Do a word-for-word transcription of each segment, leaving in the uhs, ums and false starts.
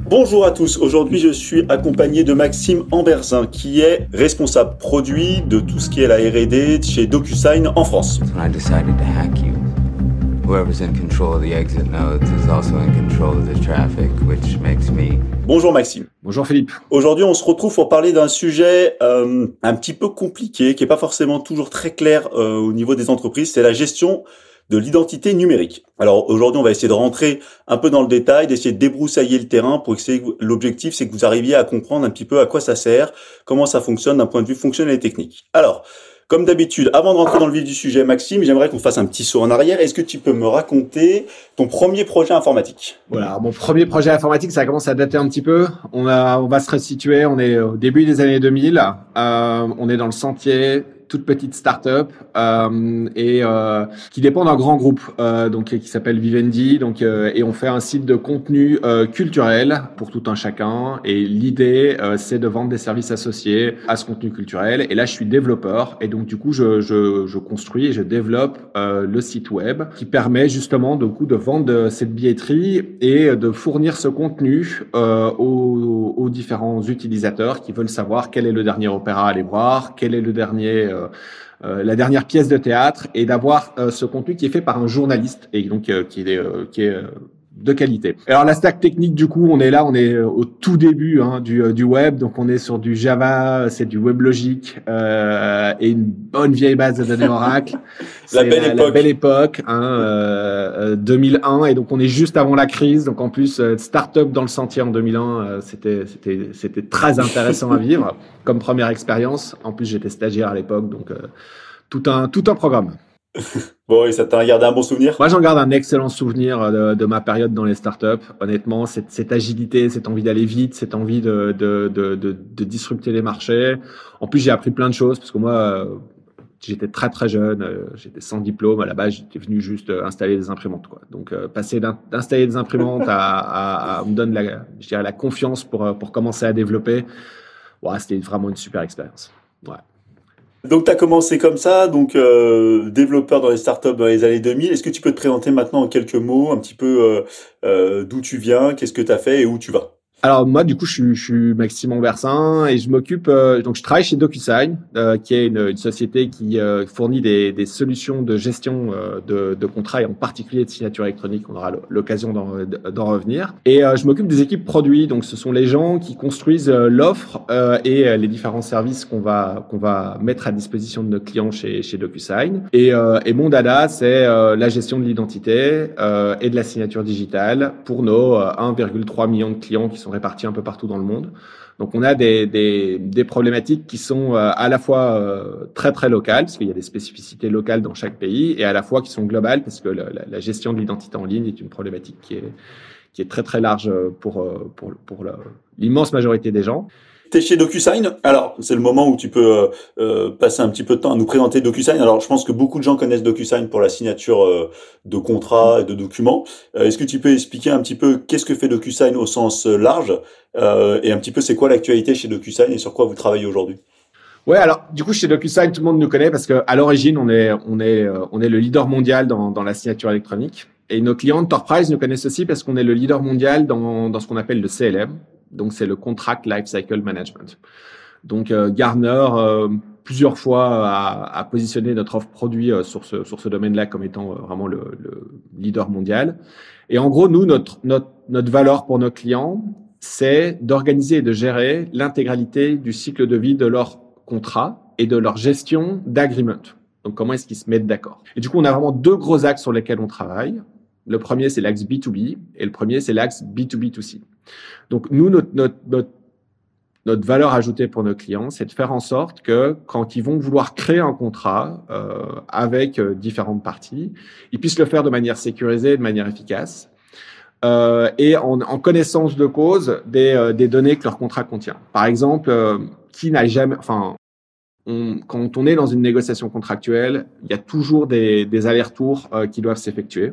Bonjour à tous, aujourd'hui je suis accompagné de Maxime Amberzin qui est responsable produit de tout ce qui est la R et D chez DocuSign en France. When I decided to hack you, whoever's in control of the exit nodes is also in control of the traffic, which makes me... Bonjour Maxime. Bonjour Philippe. Aujourd'hui on se retrouve pour parler d'un sujet euh, un petit peu compliqué, qui est pas forcément toujours très clair euh, au niveau des entreprises, c'est la gestion de l'identité numérique. Alors aujourd'hui, on va essayer de rentrer un peu dans le détail, d'essayer de débroussailler le terrain pour essayer. L'objectif, c'est que vous arriviez à comprendre un petit peu à quoi ça sert, comment ça fonctionne d'un point de vue fonctionnel et technique. Alors, comme d'habitude, avant de rentrer dans le vif du sujet, Maxime, j'aimerais qu'on fasse un petit saut en arrière. Est-ce que tu peux me raconter ton premier projet informatique ? Voilà, mon premier projet informatique, ça commence à dater un petit peu. On a, on va se resituer. On est au début des années deux mille. Euh, on est dans le Sentier, toute petite start-up euh, et euh, qui dépend d'un grand groupe euh, donc qui s'appelle Vivendi, donc euh, et on fait un site de contenu euh, culturel pour tout un chacun, et l'idée euh, c'est de vendre des services associés à ce contenu culturel. Et là je suis développeur et donc du coup je je, je construis et je développe euh, le site web qui permet justement du coup de vendre cette billetterie et de fournir ce contenu euh, aux, aux différents utilisateurs qui veulent savoir quel est le dernier opéra à aller voir, quel est le dernier euh, Euh, la dernière pièce de théâtre, et d'avoir euh, ce contenu qui est fait par un journaliste et donc euh, qui est euh, qui est euh, de qualité. Alors la stack technique, du coup, on est là, on est au tout début hein, du du web, donc on est sur du Java, c'est du WebLogic euh, et une bonne vieille base de données Oracle. la, belle la, la belle époque, hein, euh, deux mille un, et donc on est juste avant la crise. Donc en plus, euh, start-up dans le Sentier en deux mille un, euh, c'était c'était c'était très intéressant à vivre comme première expérience. En plus, j'étais stagiaire à l'époque, donc euh, tout un tout un programme. Bon, et ça t'a gardé un bon souvenir ? Moi, j'en garde un excellent souvenir de, de ma période dans les startups. Honnêtement, cette, cette agilité, cette envie d'aller vite, cette envie de, de, de, de, de disrupter les marchés. En plus, j'ai appris plein de choses parce que moi, euh, j'étais très très jeune, euh, j'étais sans diplôme. À la base, j'étais venu juste installer des imprimantes, quoi. Donc, euh, passer d'installer des imprimantes à, à, à me donne la, je dirais, la confiance pour pour commencer à développer. Ouais, c'était vraiment une super expérience. Ouais. Donc, tu as commencé comme ça, donc euh, développeur dans les startups dans les années deux mille. Est-ce que tu peux te présenter maintenant en quelques mots, un petit peu euh, euh, d'où tu viens, qu'est-ce que tu as fait et où tu vas ? Alors moi, du coup, je suis, je suis Maxime Amberzin et je m'occupe, euh, donc je travaille chez DocuSign, euh, qui est une, une société qui euh, fournit des, des solutions de gestion euh, de, de contrats et en particulier de signature électronique. On aura l'occasion d'en, d'en revenir. Et euh, je m'occupe des équipes produits, donc ce sont les gens qui construisent euh, l'offre euh, et euh, les différents services qu'on va qu'on va mettre à disposition de nos clients chez chez DocuSign. Et, euh, et mon dada, c'est euh, la gestion de l'identité euh, et de la signature digitale pour nos euh, un virgule trois million de clients qui sont répartis un peu partout dans le monde. Donc on a des des, des problématiques qui sont euh, à la fois euh, très très locales, parce qu'il y a des spécificités locales dans chaque pays, et à la fois qui sont globales, parce que la, la gestion de l'identité en ligne est une problématique qui est qui est très très large pour pour pour la, l'immense majorité des gens. T'es chez DocuSign. Alors, c'est le moment où tu peux euh, passer un petit peu de temps à nous présenter DocuSign. Alors, je pense que beaucoup de gens connaissent DocuSign pour la signature euh, de contrats et de documents. Euh, est-ce que tu peux expliquer un petit peu qu'est-ce que fait DocuSign au sens large euh, et un petit peu c'est quoi l'actualité chez DocuSign et sur quoi vous travaillez aujourd'hui ? Ouais, alors du coup chez DocuSign, tout le monde nous connaît parce que à l'origine, on est on est euh, on est le leader mondial dans dans la signature électronique. Et nos clients Enterprise nous connaissent aussi parce qu'on est le leader mondial dans dans ce qu'on appelle le C L M. Donc, c'est le Contract Lifecycle Management. Donc, euh, Gartner, euh, plusieurs fois, a, a positionné notre offre produit euh, sur ce, sur ce domaine-là comme étant euh, vraiment le, le leader mondial. Et en gros, nous, notre, notre, notre valeur pour nos clients, c'est d'organiser et de gérer l'intégralité du cycle de vie de leur contrat et de leur gestion d'agreement. Donc, comment est-ce qu'ils se mettent d'accord? Et du coup, on a vraiment deux gros axes sur lesquels on travaille. Le premier, c'est l'axe B to B et le premier, c'est l'axe B to B to C. Donc, nous, notre, notre, notre, notre valeur ajoutée pour nos clients, c'est de faire en sorte que quand ils vont vouloir créer un contrat euh, avec euh, différentes parties, ils puissent le faire de manière sécurisée, de manière efficace euh, et en, en connaissance de cause des, euh, des données que leur contrat contient. Par exemple, euh, qui n'a jamais... enfin, on, quand on est dans une négociation contractuelle, il y a toujours des, des allers-retours euh, qui doivent s'effectuer.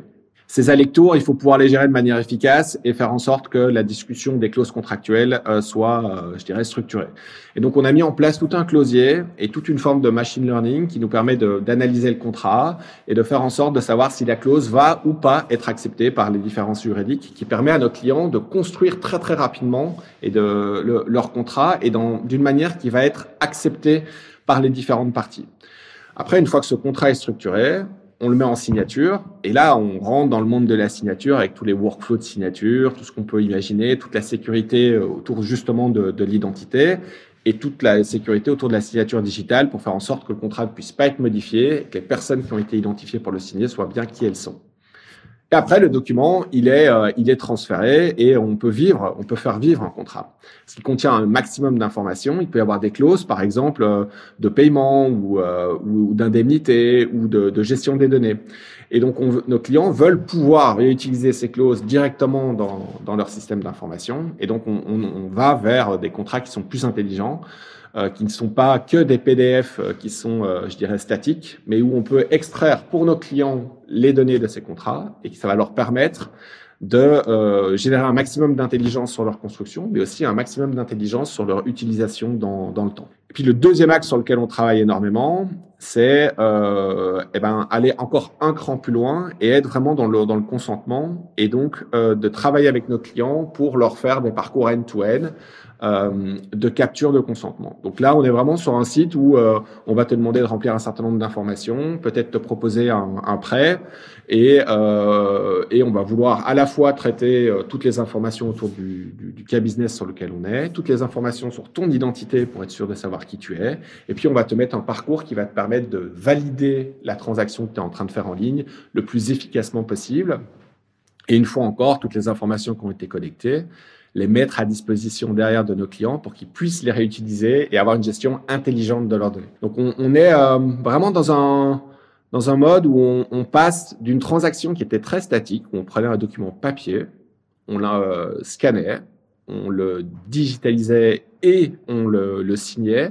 Ces allers-retours, il faut pouvoir les gérer de manière efficace et faire en sorte que la discussion des clauses contractuelles euh, soit, euh, je dirais, structurée. Et donc, on a mis en place tout un clausier et toute une forme de machine learning qui nous permet de, d'analyser le contrat et de faire en sorte de savoir si la clause va ou pas être acceptée par les différents juridiques, qui permet à nos clients de construire très très rapidement et de le, leur contrat et dans, d'une manière qui va être acceptée par les différentes parties. Après, une fois que ce contrat est structuré, on le met en signature, et là, on rentre dans le monde de la signature avec tous les workflows de signature, tout ce qu'on peut imaginer, toute la sécurité autour justement de, de l'identité, et toute la sécurité autour de la signature digitale pour faire en sorte que le contrat ne puisse pas être modifié, et que les personnes qui ont été identifiées pour le signer soient bien qui elles sont. Et après, le document, il est, euh, il est transféré et on peut vivre, on peut faire vivre un contrat. Parce qu'il contient un maximum d'informations. Il peut y avoir des clauses, par exemple, euh, de paiement ou, euh, ou d'indemnité ou de, de gestion des données. Et donc, on, nos clients veulent pouvoir réutiliser ces clauses directement dans, dans leur système d'information. Et donc, on, on, on va vers des contrats qui sont plus intelligents, Euh, qui ne sont pas que des P D F euh, qui sont, euh, je dirais, statiques, mais où on peut extraire pour nos clients les données de ces contrats et que ça va leur permettre de euh, générer un maximum d'intelligence sur leur construction, mais aussi un maximum d'intelligence sur leur utilisation dans, dans le temps. Et puis le deuxième axe sur lequel on travaille énormément, c'est euh, eh ben, aller encore un cran plus loin et être vraiment dans le, dans le consentement et donc euh, de travailler avec nos clients pour leur faire des parcours end-to-end Euh, de capture de consentement. Donc là, on est vraiment sur un site où euh, on va te demander de remplir un certain nombre d'informations, peut-être te proposer un, un prêt, et, euh, et on va vouloir à la fois traiter euh, toutes les informations autour du, du, du cas business sur lequel on est, toutes les informations sur ton identité pour être sûr de savoir qui tu es, et puis on va te mettre un parcours qui va te permettre de valider la transaction que tu es en train de faire en ligne le plus efficacement possible. Et une fois encore, toutes les informations qui ont été collectées, les mettre à disposition derrière de nos clients pour qu'ils puissent les réutiliser et avoir une gestion intelligente de leurs données. Donc, on, on est euh, vraiment dans un, dans un mode où on, on passe d'une transaction qui était très statique, où on prenait un document papier, on le euh, scannait, on le digitalisait et on le, le signait,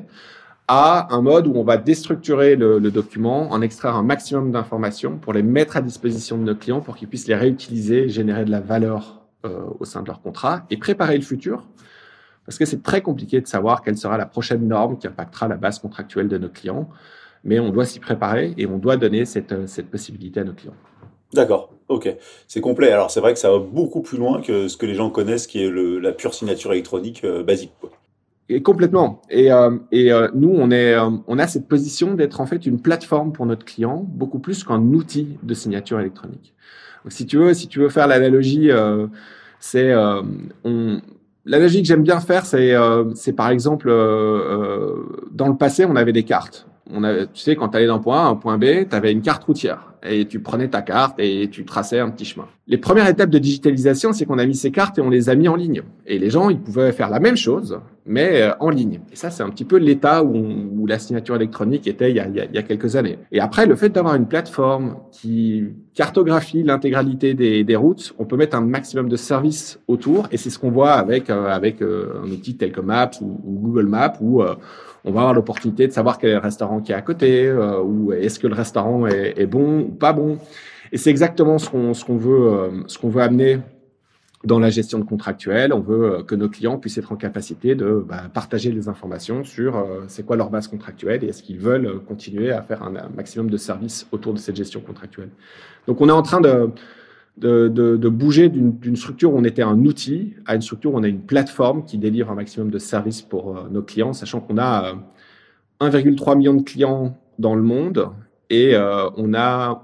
à un mode où on va déstructurer le, le document, en extraire un maximum d'informations pour les mettre à disposition de nos clients pour qu'ils puissent les réutiliser et générer de la valeur Euh, au sein de leur contrat et préparer le futur, parce que c'est très compliqué de savoir quelle sera la prochaine norme qui impactera la base contractuelle de nos clients, mais on doit s'y préparer et on doit donner cette, cette possibilité à nos clients. D'accord, ok, c'est complet. Alors c'est vrai que ça va beaucoup plus loin que ce que les gens connaissent, qui est le, la pure signature électronique euh, basique, quoi. Et complètement. Et, euh, et euh, nous, on, est, euh, on a cette position d'être en fait une plateforme pour notre client, beaucoup plus qu'un outil de signature électronique. Donc, si tu veux, si tu veux faire l'analogie, euh, c'est euh, on, l'analogie que j'aime bien faire, c'est, euh, c'est par exemple euh, euh, dans le passé, on avait des cartes. On avait, tu sais, quand tu allais d'un point A à un point B, tu avais une carte routière et tu prenais ta carte et tu traçais un petit chemin. Les premières étapes de digitalisation, c'est qu'on a mis ces cartes et on les a mis en ligne. Et les gens, ils pouvaient faire la même chose, mais euh, en ligne. Et ça, c'est un petit peu l'état où, on, où la signature électronique était il y, a, il y a quelques années. Et après, le fait d'avoir une plateforme qui cartographie l'intégralité des, des routes, on peut mettre un maximum de services autour. Et c'est ce qu'on voit avec, euh, avec euh, un outil tel que Maps ou, ou Google Maps, où euh, on va avoir l'opportunité de savoir quel est le restaurant qui est à côté, euh, ou est-ce que le restaurant est, est bon ou pas bon. Et c'est exactement ce qu'on, ce qu'on veut, euh, ce qu'on veut amener dans la gestion de contractuelle. On veut euh, que nos clients puissent être en capacité de bah, partager les informations sur euh, c'est quoi leur base contractuelle et est-ce qu'ils veulent continuer à faire un, un maximum de services autour de cette gestion contractuelle. Donc, on est en train de De, de, de bouger d'une, d'une structure où on était un outil à une structure où on a une plateforme qui délivre un maximum de services pour euh, nos clients, sachant qu'on a euh, un virgule trois million de clients dans le monde et euh, on a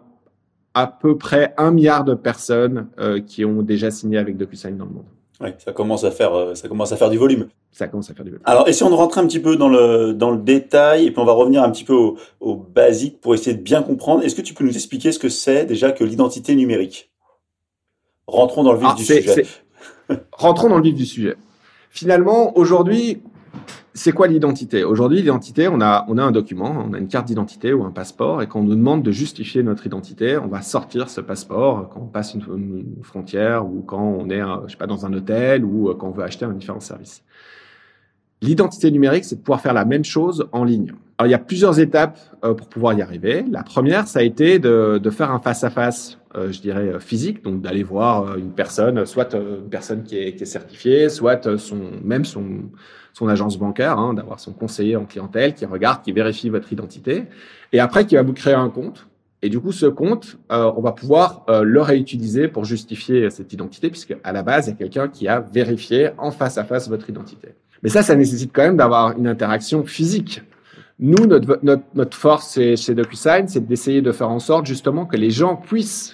à peu près un milliard de personnes euh, qui ont déjà signé avec DocuSign dans le monde. Oui, ça commence à faire, euh, ça commence à faire du volume. Ça commence à faire du volume. Alors, et si on rentre un petit peu dans le, dans le détail, et puis on va revenir un petit peu au, au basique pour essayer de bien comprendre, est-ce que tu peux nous expliquer ce que c'est déjà que l'identité numérique ? Rentrons dans le vif ah, du c'est, sujet. C'est... Rentrons dans le vif du sujet. Finalement, aujourd'hui, c'est quoi l'identité ? Aujourd'hui, l'identité, on a, on a un document, on a une carte d'identité ou un passeport, et quand on nous demande de justifier notre identité, on va sortir ce passeport quand on passe une, une frontière ou quand on est, je sais pas, dans un hôtel ou quand on veut acheter un différent service. L'identité numérique, c'est de pouvoir faire la même chose en ligne. Alors, il y a plusieurs étapes euh, pour pouvoir y arriver. La première, ça a été de, de faire un face-à-face, euh, je dirais, physique, donc d'aller voir euh, une personne, soit euh, une personne qui est, qui est certifiée, soit euh, son, même son, son agence bancaire, hein, d'avoir son conseiller en clientèle qui regarde, qui vérifie votre identité, et après qui va vous créer un compte. Et du coup, ce compte, euh, on va pouvoir euh, le réutiliser pour justifier cette identité, puisque à la base, il y a quelqu'un qui a vérifié en face-à-face votre identité. Mais ça, ça nécessite quand même d'avoir une interaction physique. Nous, notre, notre, notre force chez, chez DocuSign, c'est d'essayer de faire en sorte justement que les gens puissent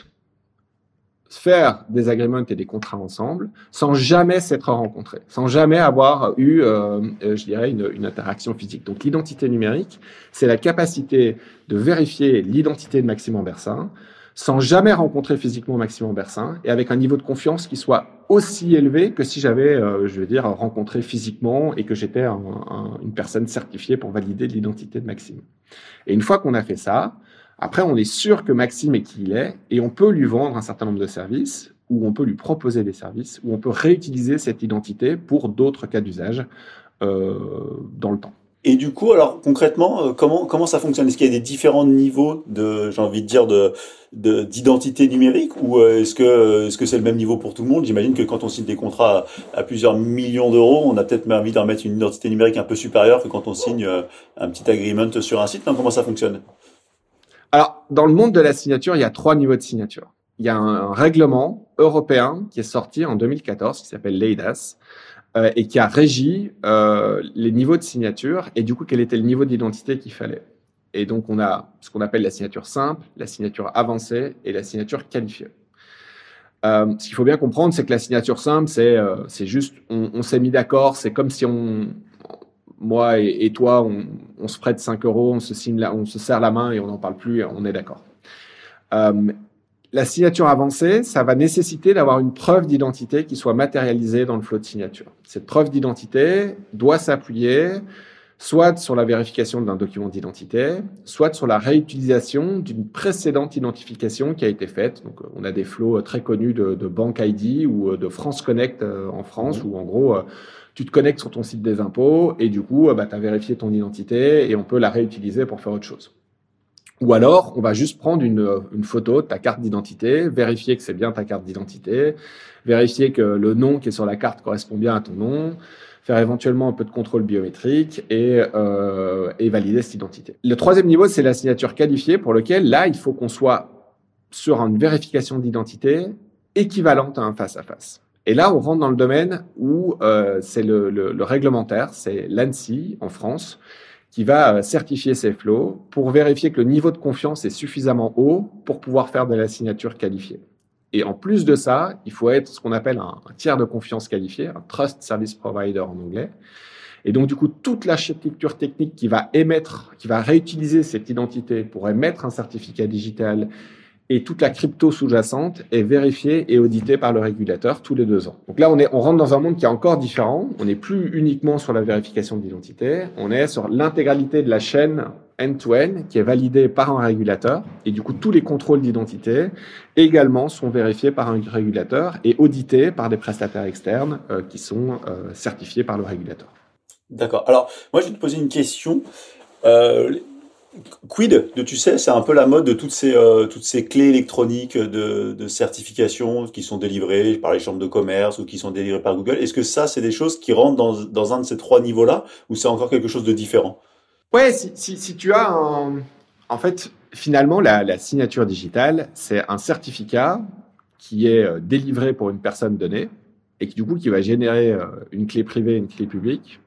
faire des agreements et des contrats ensemble sans jamais s'être rencontrés, sans jamais avoir eu, euh, je dirais, une, une interaction physique. Donc, l'identité numérique, c'est la capacité de vérifier l'identité de Maxime Ambersin sans jamais rencontrer physiquement Maxime Ambersin et avec un niveau de confiance qui soit aussi élevé que si j'avais, euh, je veux dire, rencontré physiquement et que j'étais un, un, une personne certifiée pour valider l'identité de Maxime. Et une fois qu'on a fait ça, après, on est sûr que Maxime est qui il est et on peut lui vendre un certain nombre de services ou on peut lui proposer des services ou on peut réutiliser cette identité pour d'autres cas d'usage euh, dans le temps. Et du coup, alors concrètement, comment comment ça fonctionne? Est-ce qu'il y a des différents niveaux de, j'ai envie de dire, de, de d'identité numérique, ou est-ce que est-ce que c'est le même niveau pour tout le monde? J'imagine que quand on signe des contrats à, à plusieurs millions d'euros, on a peut-être envie d'en mettre une identité numérique un peu supérieure que quand on signe un petit agreement sur un site. Non, comment ça fonctionne? Alors, dans le monde de la signature, il y a trois niveaux de signature. Il y a un, un règlement européen qui est sorti en deux mille quatorze, qui s'appelle l'E I D A S, euh, et qui a régi euh, les niveaux de signature et du coup, quel était le niveau d'identité qu'il fallait. Et donc, on a ce qu'on appelle la signature simple, la signature avancée et la signature qualifiée. Euh, ce qu'il faut bien comprendre, c'est que la signature simple, c'est, euh, c'est juste, on, on s'est mis d'accord, c'est comme si on... moi et, et toi, on, on se prête cinq euros, on se signe là, on se serre la main et on n'en parle plus, et on est d'accord. Euh, la signature avancée, ça va nécessiter d'avoir une preuve d'identité qui soit matérialisée dans le flot de signature. Cette preuve d'identité doit s'appuyer soit sur la vérification d'un document d'identité, soit sur la réutilisation d'une précédente identification qui a été faite. Donc, on a des flots très connus de, de Bank I D ou de France Connect en France, où en gros, tu te connectes sur ton site des impôts et du coup, bah, tu as vérifié ton identité et on peut la réutiliser pour faire autre chose. Ou alors, on va juste prendre une, une photo de ta carte d'identité, vérifier que c'est bien ta carte d'identité, vérifier que le nom qui est sur la carte correspond bien à ton nom, faire éventuellement un peu de contrôle biométrique et, euh, et valider cette identité. Le troisième niveau, c'est la signature qualifiée, pour lequel, là, il faut qu'on soit sur une vérification d'identité équivalente à un face-à-face. Et là, on rentre dans le domaine où euh, c'est le, le, le réglementaire, c'est l'ANSSI en France, qui va certifier ces flows pour vérifier que le niveau de confiance est suffisamment haut pour pouvoir faire de la signature qualifiée. Et en plus de ça, il faut être ce qu'on appelle un, un tiers de confiance qualifié, un Trust Service Provider en anglais. Et donc, du coup, toute l'architecture technique qui va émettre, qui va réutiliser cette identité pour émettre un certificat digital et toute la crypto sous-jacente est vérifiée et auditée par le régulateur tous les deux ans. Donc là, on, est, on rentre dans un monde qui est encore différent. On n'est plus uniquement sur la vérification d'identité. On est sur l'intégralité de la chaîne end-to-end qui est validée par un régulateur. Et du coup, tous les contrôles d'identité également sont vérifiés par un régulateur et audités par des prestataires externes euh, qui sont euh, certifiés par le régulateur. D'accord. Alors, moi, je vais te poser une question. Euh, Quid de, tu sais, c'est un peu la mode de toutes ces euh, toutes ces clés électroniques de, de certification qui sont délivrées par les chambres de commerce ou qui sont délivrées par Google. Est-ce que ça, c'est des choses qui rentrent dans dans un de ces trois niveaux-là, ou c'est encore quelque chose de différent? Ouais, si si, si tu as un... en fait, finalement, la, la signature digitale, c'est un certificat qui est délivré pour une personne donnée et qui du coup qui va générer une clé privée, une clé publique,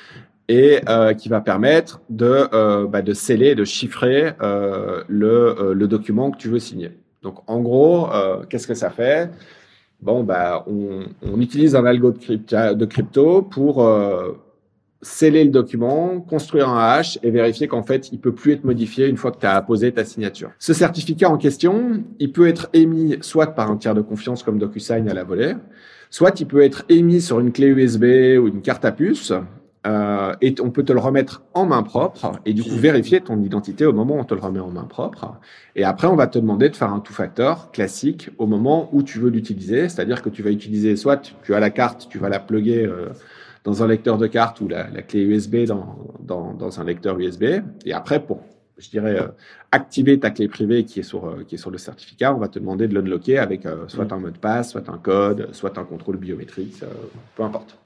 et euh, qui va permettre de, euh, bah, de sceller, de chiffrer euh, le, euh, le document que tu veux signer. Donc, en gros, euh, qu'est-ce que ça fait? Bon, bah, on, on utilise un algo de, crypto, de crypto pour euh, sceller le document, construire un hash et vérifier qu'en fait, il peut plus être modifié une fois que tu as apposé ta signature. Ce certificat en question, il peut être émis soit par un tiers de confiance comme DocuSign à la volée, soit il peut être émis sur une clé U S B ou une carte à puce. Euh, et on peut te le remettre en main propre et du coup vérifier ton identité au moment où on te le remet en main propre. Et après, on va te demander de faire un two-factor classique au moment où tu veux l'utiliser. C'est-à-dire que tu vas utiliser, soit tu as la carte, tu vas la plugger euh, dans un lecteur de carte ou la, la clé U S B dans, dans, dans un lecteur U S B. Et après, pour, je dirais, euh, activer ta clé privée qui est, sur, euh, qui est sur le certificat, on va te demander de l'unlocker avec euh, soit un mot de passe, soit un code, soit un contrôle biométrique, euh, peu importe.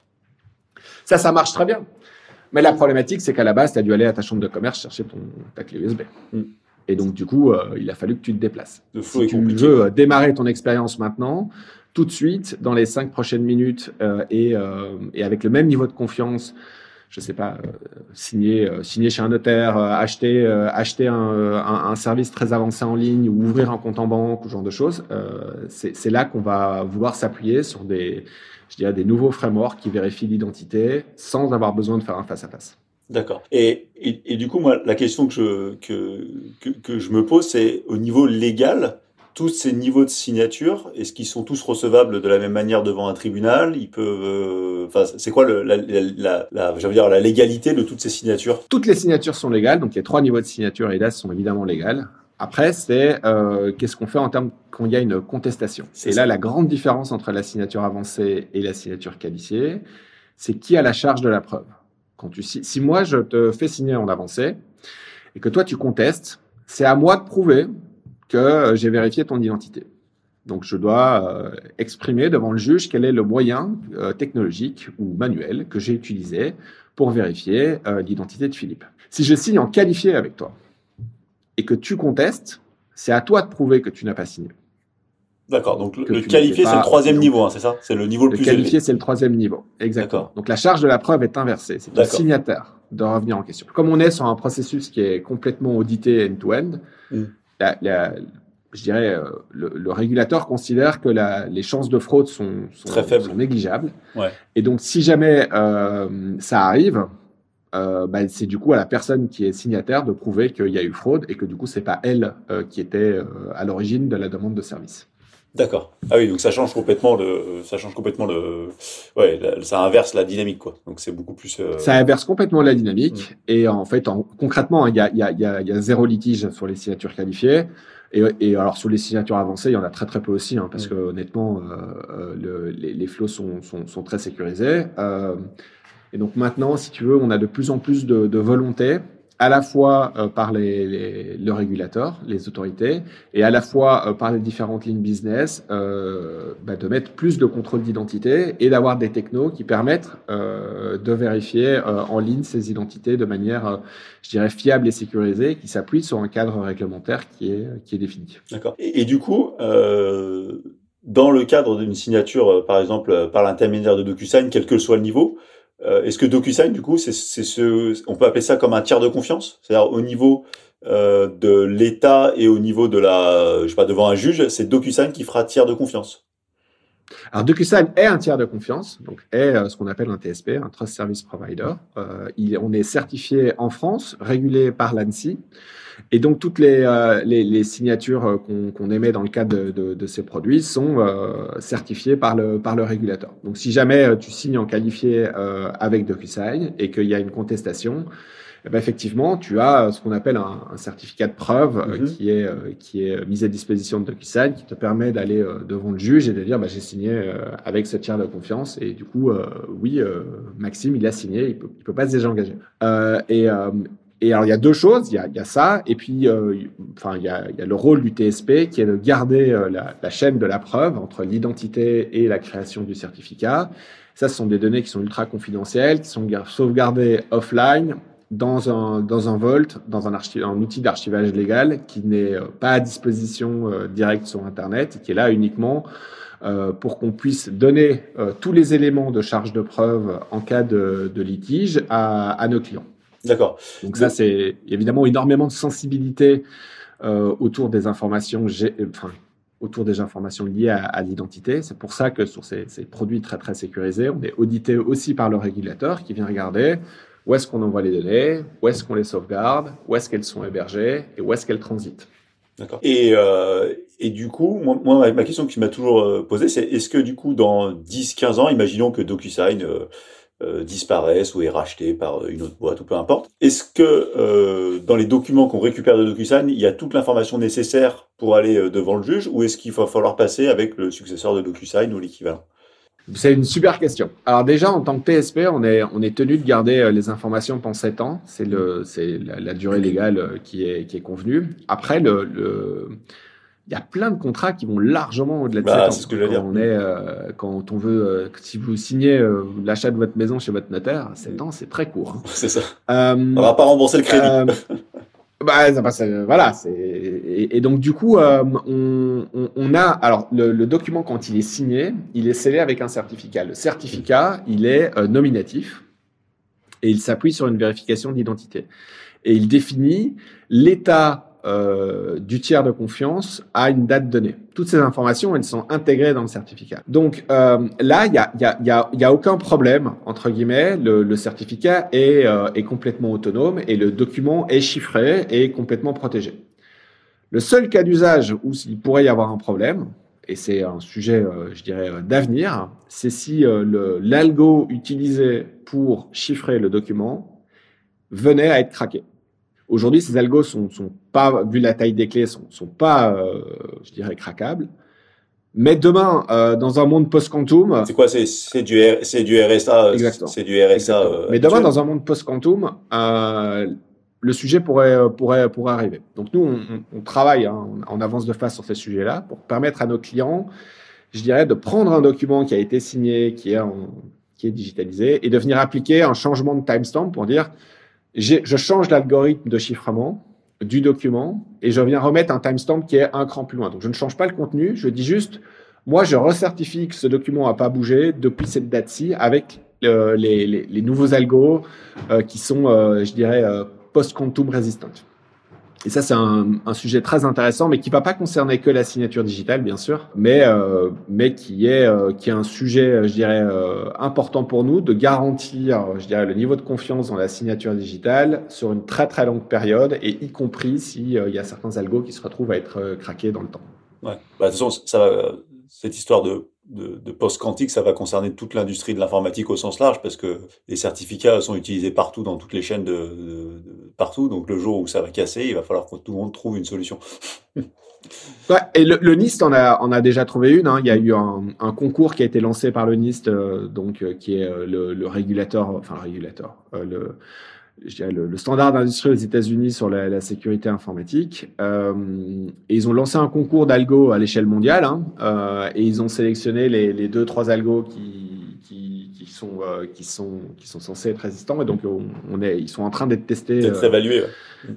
Ça, ça marche très bien. Mais la problématique, c'est qu'à la base, tu as dû aller à ta chambre de commerce chercher ton, ta clé U S B. Mm. Et donc, du coup, euh, il a fallu que tu te déplaces. Si tu veux démarrer ton expérience maintenant, tout de suite, dans les cinq prochaines minutes, euh, et, euh, et avec le même niveau de confiance, je ne sais pas, euh, signer, euh, signer chez un notaire, euh, acheter, euh, acheter un, un, un service très avancé en ligne ou ouvrir un compte en banque ou ce genre de choses, euh, c'est, c'est là qu'on va vouloir s'appuyer sur des... je dirais, des nouveaux frameworks qui vérifient l'identité sans avoir besoin de faire un face-à-face. D'accord. Et, et, et du coup, moi, la question que je, que, que, que je me pose, c'est au niveau légal, tous ces niveaux de signature, est-ce qu'ils sont tous recevables de la même manière devant un tribunal? Ils peuvent, enfin, euh, c'est quoi le, la, la, la, la, je veux dire, la légalité de toutes ces signatures? Toutes les signatures sont légales, donc les trois niveaux de signature et D A S sont évidemment légales. Après, c'est euh, qu'est-ce qu'on fait en termes quand il y a une contestation. C'est et ça. Là, la grande différence entre la signature avancée et la signature qualifiée, c'est qui a la charge de la preuve. Quand tu, si, si moi, je te fais signer en avancée et que toi, tu contestes, c'est à moi de prouver que j'ai vérifié ton identité. Donc, je dois euh, exprimer devant le juge quel est le moyen euh, technologique ou manuel que j'ai utilisé pour vérifier euh, l'identité de Philippe. Si je signe en qualifié avec toi, et que tu contestes, c'est à toi de prouver que tu n'as pas signé. D'accord, donc le qualifié, c'est le troisième niveau, hein, c'est ça? C'est le niveau le, le plus élevé. Le qualifié, c'est le troisième niveau, exactement. D'accord. Donc la charge de la preuve est inversée. C'est au signataire de revenir en question. Comme on est sur un processus qui est complètement audité end-to-end, mm. la, la, je dirais, euh, le, le régulateur considère que la, les chances de fraude sont, sont, Très faibles. sont négligeables. Ouais. Et donc, si jamais euh, ça arrive... Euh, bah, c'est du coup à la personne qui est signataire de prouver qu'il y a eu fraude et que du coup c'est pas elle euh, qui était euh, à l'origine de la demande de service. D'accord. Ah oui, donc ça change complètement le, ça change complètement le, ouais, ça inverse la dynamique quoi. Donc c'est beaucoup plus. Euh... Ça inverse complètement la dynamique mmh. et en fait, en, concrètement, il y a, il y a, il y a, il y a zéro litige sur les signatures qualifiées. Et, et alors sur les signatures avancées, il y en a très très peu aussi, hein, parce mmh. que honnêtement, euh, le, les, les flows sont, sont, sont très sécurisés. Euh, Et donc maintenant, si tu veux, on a de plus en plus de, de volonté, à la fois euh, par les, les, le régulateur, les autorités, et à la fois euh, par les différentes lignes business, euh, bah, de mettre plus de contrôle d'identité et d'avoir des technos qui permettent euh, de vérifier euh, en ligne ces identités de manière, euh, je dirais, fiable et sécurisée, qui s'appuie sur un cadre réglementaire qui est, qui est défini. D'accord. Et, et du coup, euh, dans le cadre d'une signature, par exemple, par l'intermédiaire de DocuSign, quel que soit le niveau, Euh, est-ce que DocuSign, du coup, c'est, c'est ce, on peut appeler ça comme un tiers de confiance? C'est-à-dire au niveau euh, de l'État et au niveau de la, je sais pas, devant un juge, c'est DocuSign qui fera tiers de confiance. Alors DocuSign est un tiers de confiance, donc est euh, ce qu'on appelle un T S P, un Trust Service Provider. Euh, il, on est certifié en France, régulé par l'ANSSI. Et donc, toutes les, euh, les, les signatures qu'on, qu'on émet dans le cadre de, de, de ces produits sont euh, certifiées par le, par le régulateur. Donc, si jamais tu signes en qualifié euh, avec DocuSign et qu'il y a une contestation, eh ben, effectivement, tu as ce qu'on appelle un, un certificat de preuve mm-hmm. euh, qui, est, euh, qui est mis à disposition de DocuSign, qui te permet d'aller euh, devant le juge et de dire bah, j'ai signé euh, avec ce tiers de confiance. Et du coup, euh, oui, euh, Maxime, il a signé, il ne peut, il peut pas se désengager. Euh, et... Euh, Et alors, il y a deux choses. Il y a, il y a ça, et puis, euh, enfin, il y a, il y a le rôle du T S P qui est de garder euh, la, la chaîne de la preuve entre l'identité et la création du certificat. Ça, ce sont des données qui sont ultra confidentielles, qui sont sauvegardées offline dans un dans un vault, dans un, archi- un outil d'archivage légal qui n'est pas à disposition euh, directe sur Internet, qui est là uniquement euh, pour qu'on puisse donner euh, tous les éléments de charge de preuve en cas de, de litige à, à nos clients. D'accord. Donc ça, c'est évidemment énormément de sensibilité euh, autour des informations, enfin, autour des informations liées à, à l'identité. C'est pour ça que sur ces, ces produits très très sécurisés, on est audité aussi par le régulateur qui vient regarder où est-ce qu'on envoie les données, où est-ce qu'on les sauvegarde, où est-ce qu'elles sont hébergées et où est-ce qu'elles transitent. D'accord. Et, euh, et du coup, moi, moi, ma question qui m'a toujours posée, c'est est-ce que du coup, dans dix quinze ans, imaginons que DocuSign euh, euh, disparaisse ou est racheté par une autre boîte ou peu importe, est-ce que euh, dans les documents qu'on récupère de DocuSign, il y a toute l'information nécessaire pour aller euh, devant le juge, ou est-ce qu'il va falloir passer avec le successeur de DocuSign ou l'équivalent? C'est une super question. Alors déjà, en tant que T S P, on est, on est tenu de garder les informations pendant sept ans. C'est, le, c'est la, la durée légale qui est, qui est convenue. Après, le, le, il y a plein de contrats qui vont largement au-delà de bah, sept ans. C'est ce que je veux dire. On est, euh, quand on veut, euh, si vous signez euh, l'achat de votre maison chez votre notaire, sept ans, c'est très court. Hein. C'est ça. Euh, on va pas rembourser le crédit. Euh, Bah, ça, ça, voilà, c'est et, et donc du coup, euh, on, on, on a alors le, le document quand il est signé, il est scellé avec un certificat. Le certificat, il est euh, nominatif et il s'appuie sur une vérification d'identité et il définit l'état euh, du tiers de confiance à une date donnée. Toutes ces informations, elles sont intégrées dans le certificat. Donc euh, là, il y a, y a, y a, y a aucun problème entre guillemets. Le, le certificat est, euh, est complètement autonome et le document est chiffré et complètement protégé. Le seul cas d'usage où il pourrait y avoir un problème, et c'est un sujet, euh, je dirais, d'avenir, c'est si euh, le, l'algo utilisé pour chiffrer le document venait à être craqué. Aujourd'hui, ces algos sont, sont pas, vu la taille des clés, sont, sont pas, euh, je dirais, craquables. Mais demain, euh, dans un monde post-quantum, c'est quoi, c'est, c'est du, R, c'est du R S A, exactement. C'est du R S A. Euh, Mais demain, dans un monde post-quantum, euh, le sujet pourrait, pourrait, pourrait arriver. Donc nous, on, on travaille hein, en avance de phase sur ces sujets-là pour permettre à nos clients, je dirais, de prendre un document qui a été signé, qui est, en, qui est digitalisé, et de venir appliquer un changement de timestamp pour dire J'ai, je change l'algorithme de chiffrement du document et je viens remettre un timestamp qui est un cran plus loin. Donc, je ne change pas le contenu, je dis juste, moi, je recertifie que ce document n'a pas bougé depuis cette date-ci avec euh, les, les, les nouveaux algos euh, qui sont, euh, je dirais, euh, post-quantum résistants. Et ça, c'est un, un sujet très intéressant, mais qui ne va pas concerner que la signature digitale, bien sûr, mais, euh, mais qui, est, euh, qui est un sujet, je dirais, euh, important pour nous de garantir, je dirais, le niveau de confiance dans la signature digitale sur une très, très longue période, et y compris s'il euh, y a certains algos qui se retrouvent à être euh, craqués dans le temps. Ouais. Bah, de toute façon, ça va, cette histoire de, de, de post-quantique, ça va concerner toute l'industrie de l'informatique au sens large, parce que les certificats sont utilisés partout, dans toutes les chaînes de, de, de partout. Donc, le jour où ça va casser, il va falloir que tout le monde trouve une solution. Ouais, et le, le NIST en a, en a déjà trouvé une. Hein. Il y a eu un, un concours qui a été lancé par le NIST, euh, donc euh, qui est euh, le, le régulateur, enfin le régulateur, euh, le, je dirais le, le standard d'industrie aux États-Unis sur la, la sécurité informatique. Euh, et ils ont lancé un concours d'algo à l'échelle mondiale, hein, euh, et ils ont sélectionné les, les deux, trois algos qui, qui, qui sont, euh, qui sont, qui sont censés être résistants. Et donc, on, on est, ils sont en train d'être testés, d'être euh, évalués, ouais.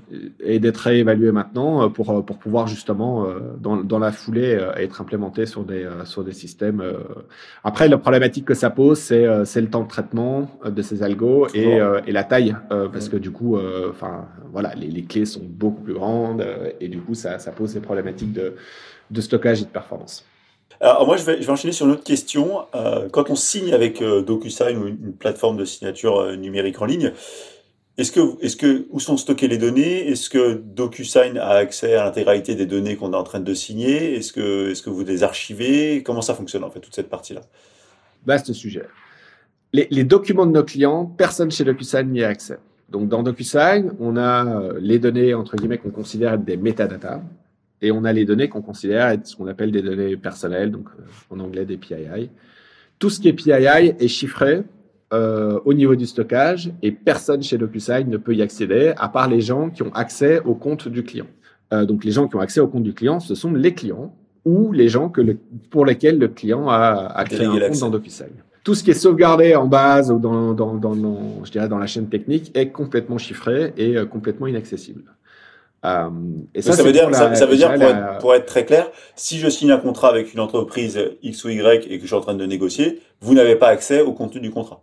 et d'être réévalués maintenant pour pour pouvoir justement euh, dans dans la foulée euh, être implémentés sur des euh, sur des systèmes. Euh. Après, la problématique que ça pose, c'est euh, c'est le temps de traitement de ces algos et euh, et la taille, euh, parce que du coup, enfin euh, voilà, les les clés sont beaucoup plus grandes euh, et du coup ça ça pose des problématiques de de stockage et de performance. Alors moi, je vais, je vais enchaîner sur une autre question. Euh, quand on signe avec euh, DocuSign ou une, une plateforme de signature euh, numérique en ligne, est-ce que, est-ce que, où sont stockées les données? Est-ce que DocuSign a accès à l'intégralité des données qu'on est en train de signer? Est-ce que, est-ce que vous les archivez? Comment ça fonctionne, en fait, toute cette partie-là? Vaste sujet. Les, les documents de nos clients, personne chez DocuSign n'y a accès. Donc, dans DocuSign, on a les données, entre guillemets, qu'on considère être des métadatas. Et on a les données qu'on considère être ce qu'on appelle des données personnelles, donc en anglais des P I I. Tout ce qui est P I I est chiffré euh, au niveau du stockage et personne chez DocuSign ne peut y accéder à part les gens qui ont accès au compte du client. Euh, donc les gens qui ont accès au compte du client, ce sont les clients ou les gens que le, pour lesquels le client a, a créé un compte dans DocuSign. Tout ce qui est sauvegardé en base ou dans, dans, dans, dans, je dirais dans la chaîne technique est complètement chiffré et euh, complètement inaccessible. Euh, et ça, ça veut dire, la, ça, ça veut dire pour, la... être, pour être très clair, si je signe un contrat avec une entreprise X ou Y et que je suis en train de négocier, vous n'avez pas accès au contenu du contrat.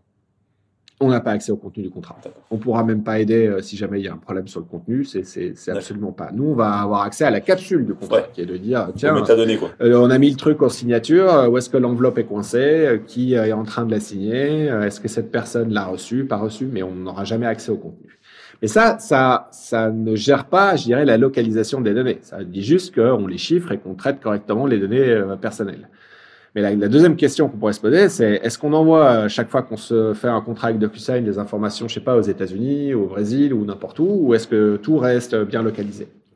On n'a pas accès au contenu du contrat. On pourra même pas aider euh, si jamais il y a un problème sur le contenu. C'est, c'est, c'est absolument pas. Nous, on va avoir accès à la capsule du contrat, ouais. qui est de dire tiens, métadonnées, quoi. Euh, on a mis le truc en signature. Où est-ce que l'enveloppe est coincée? euh, Qui est en train de la signer? euh, Est-ce que cette personne l'a reçue, pas reçue? Mais on n'aura jamais accès au contenu. Et ça, ça, ça ne gère pas, je dirais, la localisation des données. Ça dit juste qu'on les chiffre et qu'on traite correctement les données euh, personnelles. Mais la, la deuxième question qu'on pourrait se poser, c'est est-ce qu'on envoie chaque fois qu'on se fait un contrat avec DocuSign des informations, je sais pas, aux États-Unis, au Brésil ou n'importe où, ou est-ce que tout reste bien localisé? Donc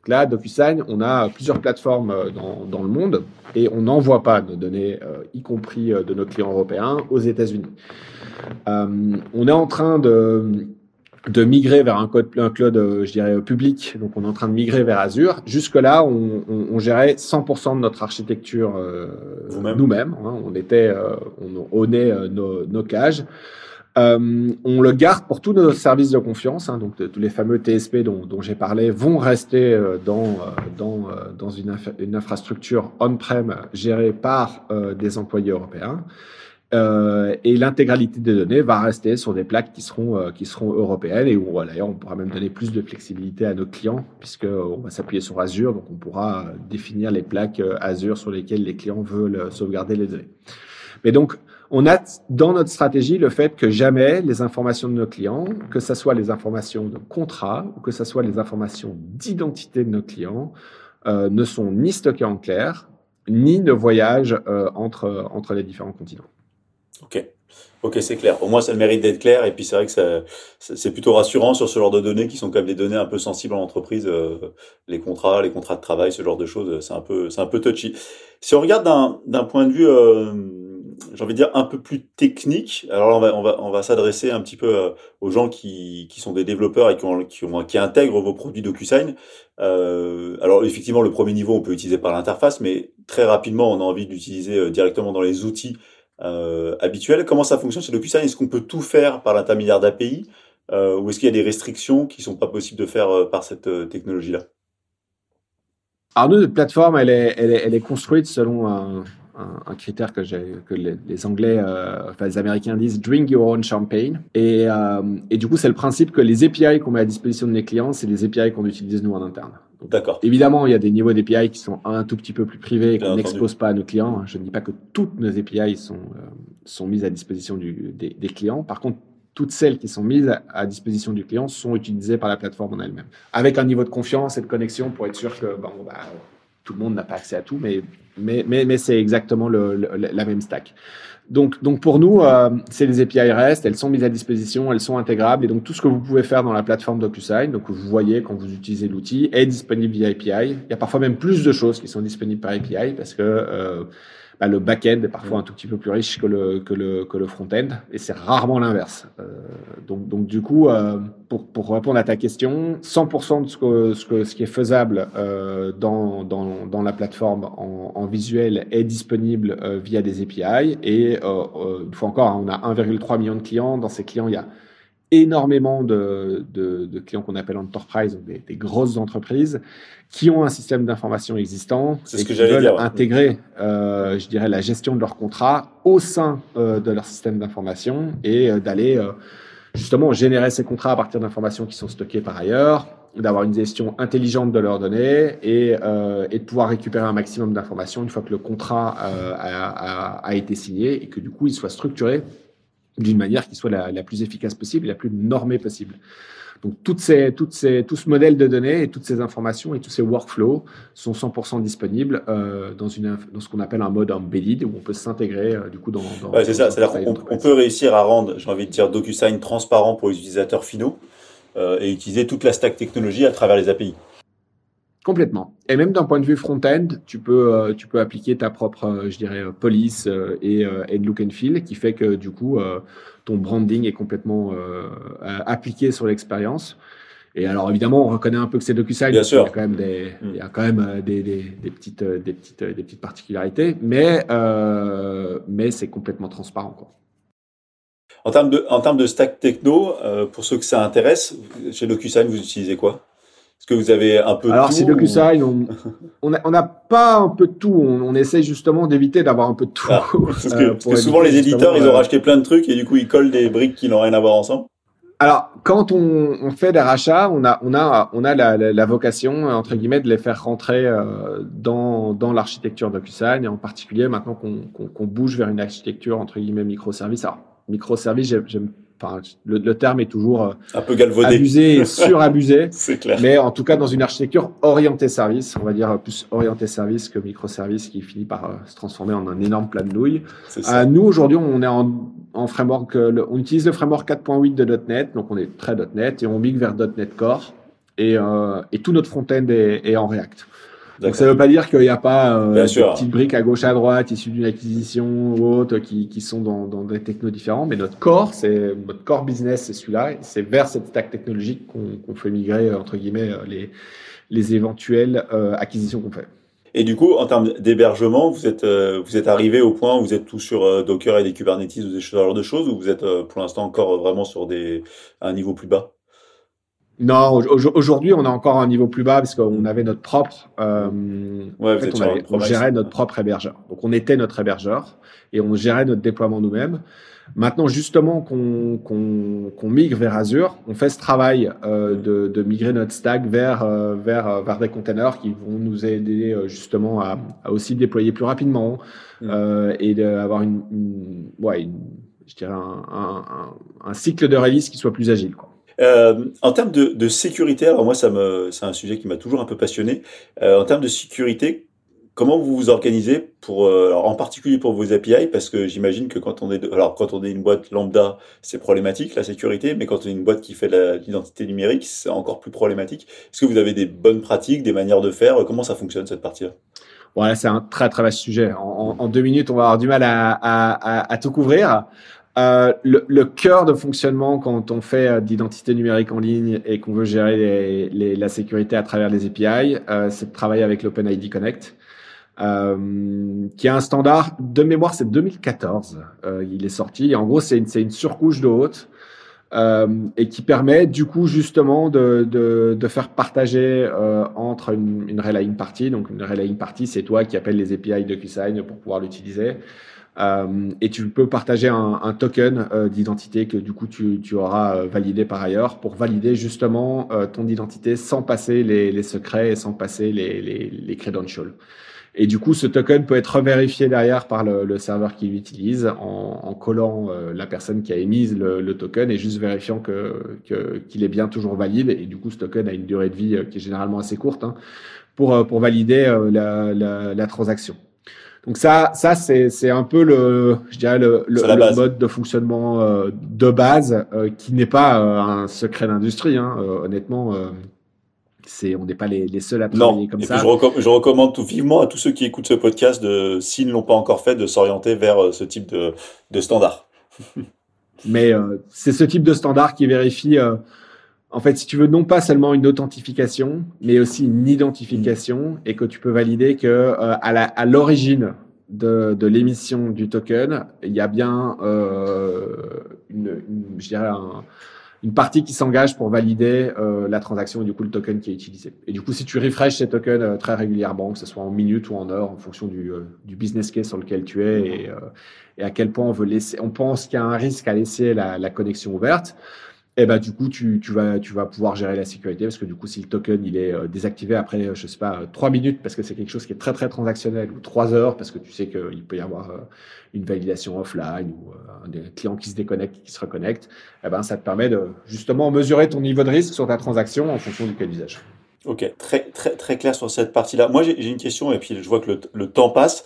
Donc là, DocuSign, on a plusieurs plateformes dans, dans le monde et on n'envoie pas nos données, euh, y compris de nos clients européens, aux États-Unis. Euh, on est en train de, de migrer vers un code, un cloud, je dirais, public. Donc, on est en train de migrer vers Azure. Jusque-là, on, on, on gérait cent pour cent de notre architecture euh, nous-mêmes. Hein. On était, euh, on ownait euh, nos, nos cages. Euh, on le garde pour tous nos services de confiance, hein, donc de, tous les fameux T S P dont, dont j'ai parlé vont rester euh, dans, euh, dans, euh, dans une, inf- une infrastructure on-prem gérée par euh, des employés européens. Euh, et l'intégralité des données va rester sur des plaques qui seront, euh, qui seront européennes et où voilà, on pourra même donner plus de flexibilité à nos clients puisqu'on va s'appuyer sur Azure, donc on pourra définir les plaques Azure sur lesquelles les clients veulent sauvegarder les données. Mais donc, on a dans notre stratégie le fait que jamais les informations de nos clients, que ce soit les informations de contrat ou que ce soit les informations d'identité de nos clients, euh, ne sont ni stockées en clair, ni ne voyagent euh, entre, entre les différents continents. Ok, ok, c'est clair. Au moins, ça a le mérite d'être clair. Et puis, c'est vrai que ça, c'est plutôt rassurant sur ce genre de données qui sont quand même des données un peu sensibles en entreprise. Euh, les contrats, les contrats de travail, ce genre de choses, c'est un peu, c'est un peu touchy. Si on regarde d'un, d'un point de vue... Euh, j'ai envie de dire un peu plus technique. Alors là, on va on va on va s'adresser un petit peu euh, aux gens qui qui sont des développeurs et qui ont qui ont qui intègrent vos produits DocuSign. Euh, alors effectivement, le premier niveau on peut utiliser par l'interface, mais très rapidement on a envie d'utiliser euh, directement dans les outils euh, habituels. Comment ça fonctionne chez DocuSign? Est-ce qu'on peut tout faire par l'intermédiaire d'A P I euh, ou est-ce qu'il y a des restrictions qui sont pas possibles de faire euh, par cette euh, technologie-là? Alors nous, notre plateforme, elle est elle est elle est construite selon un un critère que, j'ai, que les, les Anglais, euh, enfin les Américains disent « drink your own champagne ». Et, euh, et du coup, c'est le principe que les A P I qu'on met à disposition de nos clients, c'est les A P I qu'on utilise nous en interne. Donc, d'accord. Évidemment, il y a des niveaux d'A P I qui sont un tout petit peu plus privés et qu'on n'expose pas à nos clients. Je ne dis pas que toutes nos A P I sont, euh, sont mises à disposition du, des, des clients. Par contre, toutes celles qui sont mises à, à disposition du client sont utilisées par la plateforme en elle-même. Avec un niveau de confiance et de connexion pour être sûr que bon, bah, tout le monde n'a pas accès à tout, mais, mais, mais, mais c'est exactement le, le, la même stack. Donc, donc pour nous, euh, c'est les A P I REST, elles sont mises à disposition, elles sont intégrables, et donc tout ce que vous pouvez faire dans la plateforme DocuSign, donc vous voyez quand vous utilisez l'outil, est disponible via A P I. Il y a parfois même plus de choses qui sont disponibles par A P I parce que euh, bah, le back-end est parfois un tout petit peu plus riche que le, que le, que le front-end, et c'est rarement l'inverse. Euh, donc, donc du coup, euh, pour, pour répondre à ta question, cent pour cent de ce, que, ce, que, ce qui est faisable euh, dans, dans, dans la plateforme en, en visuel est disponible euh, via des A P I, et euh, euh, une fois encore, hein, on a un virgule trois million de clients. Dans ces clients, il y a énormément de, de, de clients qu'on appelle enterprise, donc des, des grosses entreprises, qui ont un système d'information existant C'est et ce que qui j'allais veulent dire, ouais. intégrer, euh, je dirais, la gestion de leur contrat au sein euh, de leur système d'information et euh, d'aller euh, justement générer ces contrats à partir d'informations qui sont stockées par ailleurs, d'avoir une gestion intelligente de leurs données et, euh, et de pouvoir récupérer un maximum d'informations une fois que le contrat euh, a, a, a été signé et que du coup il soit structuré d'une manière qui soit la, la plus efficace possible et la plus normée possible. Donc, toutes ces, toutes ces, tout ce modèle de données et toutes ces informations et tous ces workflows sont cent pour cent disponibles euh, dans, une, dans ce qu'on appelle un mode embedded où on peut s'intégrer euh, du coup dans. dans ouais, c'est dans ça. C'est-à-dire qu'on on peut réussir à rendre, j'ai envie de dire, DocuSign transparent pour les utilisateurs finaux euh, et utiliser toute la stack technologie à travers les A P I. Complètement. Et même d'un point de vue front-end, tu peux, euh, tu peux appliquer ta propre, euh, je dirais, euh, police euh, et, euh, et look and feel qui fait que du coup, euh, ton branding est complètement euh, appliqué sur l'expérience. Et alors évidemment, on reconnaît un peu que c'est DocuSign. Bien sûr. Il y a quand même des, il y a quand même des, des, des petites, des petites, des petites particularités, mais, euh, mais c'est complètement transparent, quoi. En termes de, en termes de stack techno, euh, pour ceux que ça intéresse, chez DocuSign, vous utilisez quoi? Est-ce que vous avez un peu de Alors, tout? Alors, chez DocuSign, ou... on n'a on a pas un peu de tout. On, on essaie justement d'éviter d'avoir un peu de tout. Ah, parce que, euh, parce que souvent, les éditeurs, ils ont racheté plein de trucs et du coup, ils collent des briques qui n'ont rien à voir ensemble. Alors, quand on, on fait des rachats, on a, on a, on a la, la, la vocation, entre guillemets, de les faire rentrer euh, dans, dans l'architecture DocuSign, et en particulier maintenant qu'on, qu'on, qu'on bouge vers une architecture, entre guillemets, microservice. Alors, microservice, j'aime, j'aime Enfin, le, le terme est toujours euh, un peu galvaudé, abusé et surabusé. C'est clair. Mais en tout cas, dans une architecture orientée service, on va dire plus orientée service que microservice qui finit par euh, se transformer en un énorme plat de nouilles. Euh, nous, aujourd'hui, on est en, en framework, le, on utilise le framework quatre point huit de .NET, donc on est très .NET et on migre vers .NET Core. et, euh, et tout notre front-end est, est en React. Donc, ça ne veut pas dire qu'il n'y a pas euh, des petites briques à gauche, à droite, issues d'une acquisition ou autre, qui, qui sont dans, dans des technos différents. Mais notre core, c'est notre core business, c'est celui-là. C'est vers cette stack technologique qu'on, qu'on fait migrer, entre guillemets, les, les éventuelles euh, acquisitions qu'on fait. Et du coup, en termes d'hébergement, vous êtes euh, vous êtes arrivé au point où vous êtes tous sur euh, Docker et des Kubernetes ou des genre de choses, ou vous êtes euh, pour l'instant encore euh, vraiment sur des à un niveau plus bas? Non, aujourd'hui, on est encore à un niveau plus bas parce qu'on avait notre propre. Euh, ouais, en fait, on, avait, on gérait notre propre hébergeur. Donc, on était notre hébergeur et on gérait notre déploiement nous-mêmes. Maintenant, justement, qu'on, qu'on, qu'on migre vers Azure, on fait ce travail euh, de, de migrer notre stack vers, euh, vers, vers des containers qui vont nous aider euh, justement à, à aussi déployer plus rapidement mmh. euh, et d'avoir une, une, ouais, une, je dirais un, un, un, un cycle de release qui soit plus agile, quoi. Euh, en termes de, de sécurité, alors moi ça me, c'est un sujet qui m'a toujours un peu passionné. Euh, en termes de sécurité, comment vous vous organisez pour, euh, alors en particulier pour vos A P I, parce que j'imagine que quand on est, alors quand on est une boîte lambda, c'est problématique la sécurité, mais quand on est une boîte qui fait la, l'identité numérique, c'est encore plus problématique. Est-ce que vous avez des bonnes pratiques, des manières de faire? Comment ça fonctionne cette partie-là? Voilà, c'est un très très vaste sujet. En, en, en deux minutes, on va avoir du mal à, à, à, à tout couvrir. Euh, le, le cœur de fonctionnement quand on fait euh, d'identité numérique en ligne et qu'on veut gérer les, les, la sécurité à travers les A P I, euh, c'est de travailler avec l'OpenID Connect, euh, qui est un standard de mémoire, c'est deux mille quatorze. Euh, il est sorti. Et en gros, c'est une, c'est une surcouche de haute euh, et qui permet du coup justement de, de, de faire partager euh, entre une, une relaying party. Donc une relaying party, c'est toi qui appelles les A P I de DocuSign pour pouvoir l'utiliser. Euh, et tu peux partager un, un token euh, d'identité que du coup tu, tu auras euh, validé par ailleurs pour valider justement euh, ton identité sans passer les, les secrets et sans passer les, les, les credentials. Et du coup, ce token peut être revérifié derrière par le, le serveur qui l'utilise en, en collant euh, la personne qui a émise le, le token et juste vérifiant que, que, qu'il est bien toujours valide. Et du coup, ce token a une durée de vie euh, qui est généralement assez courte hein, pour, euh, pour valider euh, la, la, la transaction. Donc ça, ça c'est, c'est un peu le, je dirais le, le, le mode de fonctionnement euh, de base euh, qui n'est pas euh, un secret d'industrie. Hein. Euh, honnêtement, euh, c'est, on n'est pas les, les seuls à travailler non. comme Et ça. Puis je, recomm- je recommande tout vivement à tous ceux qui écoutent ce podcast, de, s'ils ne l'ont pas encore fait, de s'orienter vers euh, ce type de, de standard. Mais euh, c'est ce type de standard qui vérifie. Euh, En fait, si tu veux, non pas seulement une authentification, mais aussi une identification et que tu peux valider que euh, à, la, à l'origine de, de l'émission du token, il y a bien euh, une, une, je dirais un, une partie qui s'engage pour valider euh, la transaction et du coup le token qui est utilisé. Et du coup, si tu refresh ces tokens euh, très régulièrement, que ce soit en minutes ou en heures, en fonction du, euh, du business case sur lequel tu es et, euh, et à quel point on veut laisser, on pense qu'il y a un risque à laisser la, la connexion ouverte. Et ben du coup tu tu vas tu vas pouvoir gérer la sécurité parce que du coup si le token il est euh, désactivé après je sais pas trois minutes parce que c'est quelque chose qui est très très transactionnel ou trois heures parce que tu sais qu'il peut y avoir euh, une validation offline ou euh, un des clients qui se déconnecte qui se reconnecte, et ben ça te permet de justement mesurer ton niveau de risque sur ta transaction en fonction du cas d'usage. Ok, très très très clair sur cette partie-là. Moi j'ai, j'ai une question et puis je vois que le, le temps passe.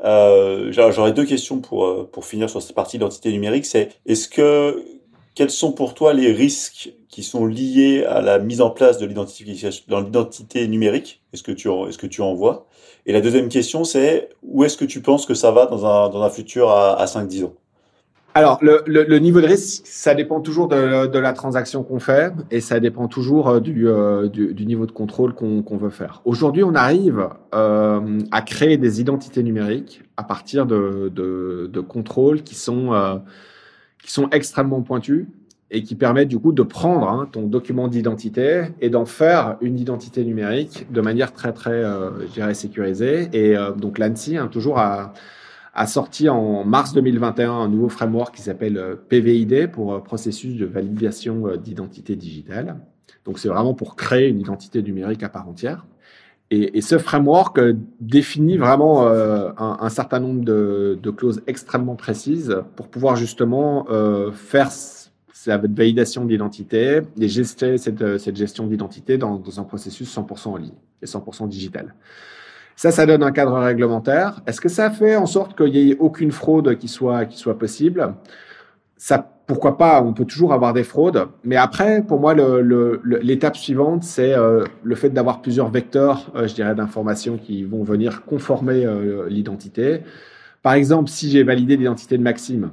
Euh, j'aurais deux questions pour pour finir sur cette partie d'identité numérique. C'est est-ce que Quels sont pour toi les risques qui sont liés à la mise en place de l'identification dans l'identité numérique? Est-ce que tu en, est-ce que tu en vois? Et la deuxième question, c'est où est-ce que tu penses que ça va dans un, dans un futur à, à cinq dix ans? Alors, le, le, le niveau de risque, ça dépend toujours de, de la transaction qu'on fait et ça dépend toujours du, euh, du, du niveau de contrôle qu'on, qu'on veut faire. Aujourd'hui, on arrive euh, à créer des identités numériques à partir de, de, de contrôles qui sont... Euh, qui sont extrêmement pointus et qui permettent du coup de prendre hein, ton document d'identité et d'en faire une identité numérique de manière très très, euh, je dirais, sécurisée. Et euh, donc l'ANSSI hein, toujours a, a sorti en mars deux mille vingt et un un nouveau framework qui s'appelle euh, P V I D pour euh, processus de validation euh, d'identité digitale. Donc c'est vraiment pour créer une identité numérique à part entière. Et, et ce framework euh, définit vraiment euh, un, un certain nombre de, de clauses extrêmement précises pour pouvoir justement euh, faire cette validation d'identité et gérer cette, cette gestion d'identité dans, dans un processus cent pour cent en ligne et cent pour cent digital. Ça, ça donne un cadre réglementaire. Est-ce que ça fait en sorte qu'il n'y ait aucune fraude qui soit, qui soit possible ? Ça pourquoi pas, on peut toujours avoir des fraudes. Mais après, pour moi, le, le, le, l'étape suivante, c'est euh, le fait d'avoir plusieurs vecteurs, euh, je dirais, d'informations qui vont venir conformer euh, l'identité. Par exemple, si j'ai validé l'identité de Maxime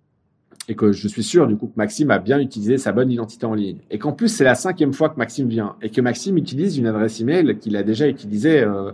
et que je suis sûr, du coup, que Maxime a bien utilisé sa bonne identité en ligne et qu'en plus, c'est la cinquième fois que Maxime vient et que Maxime utilise une adresse email qu'il a déjà utilisée euh,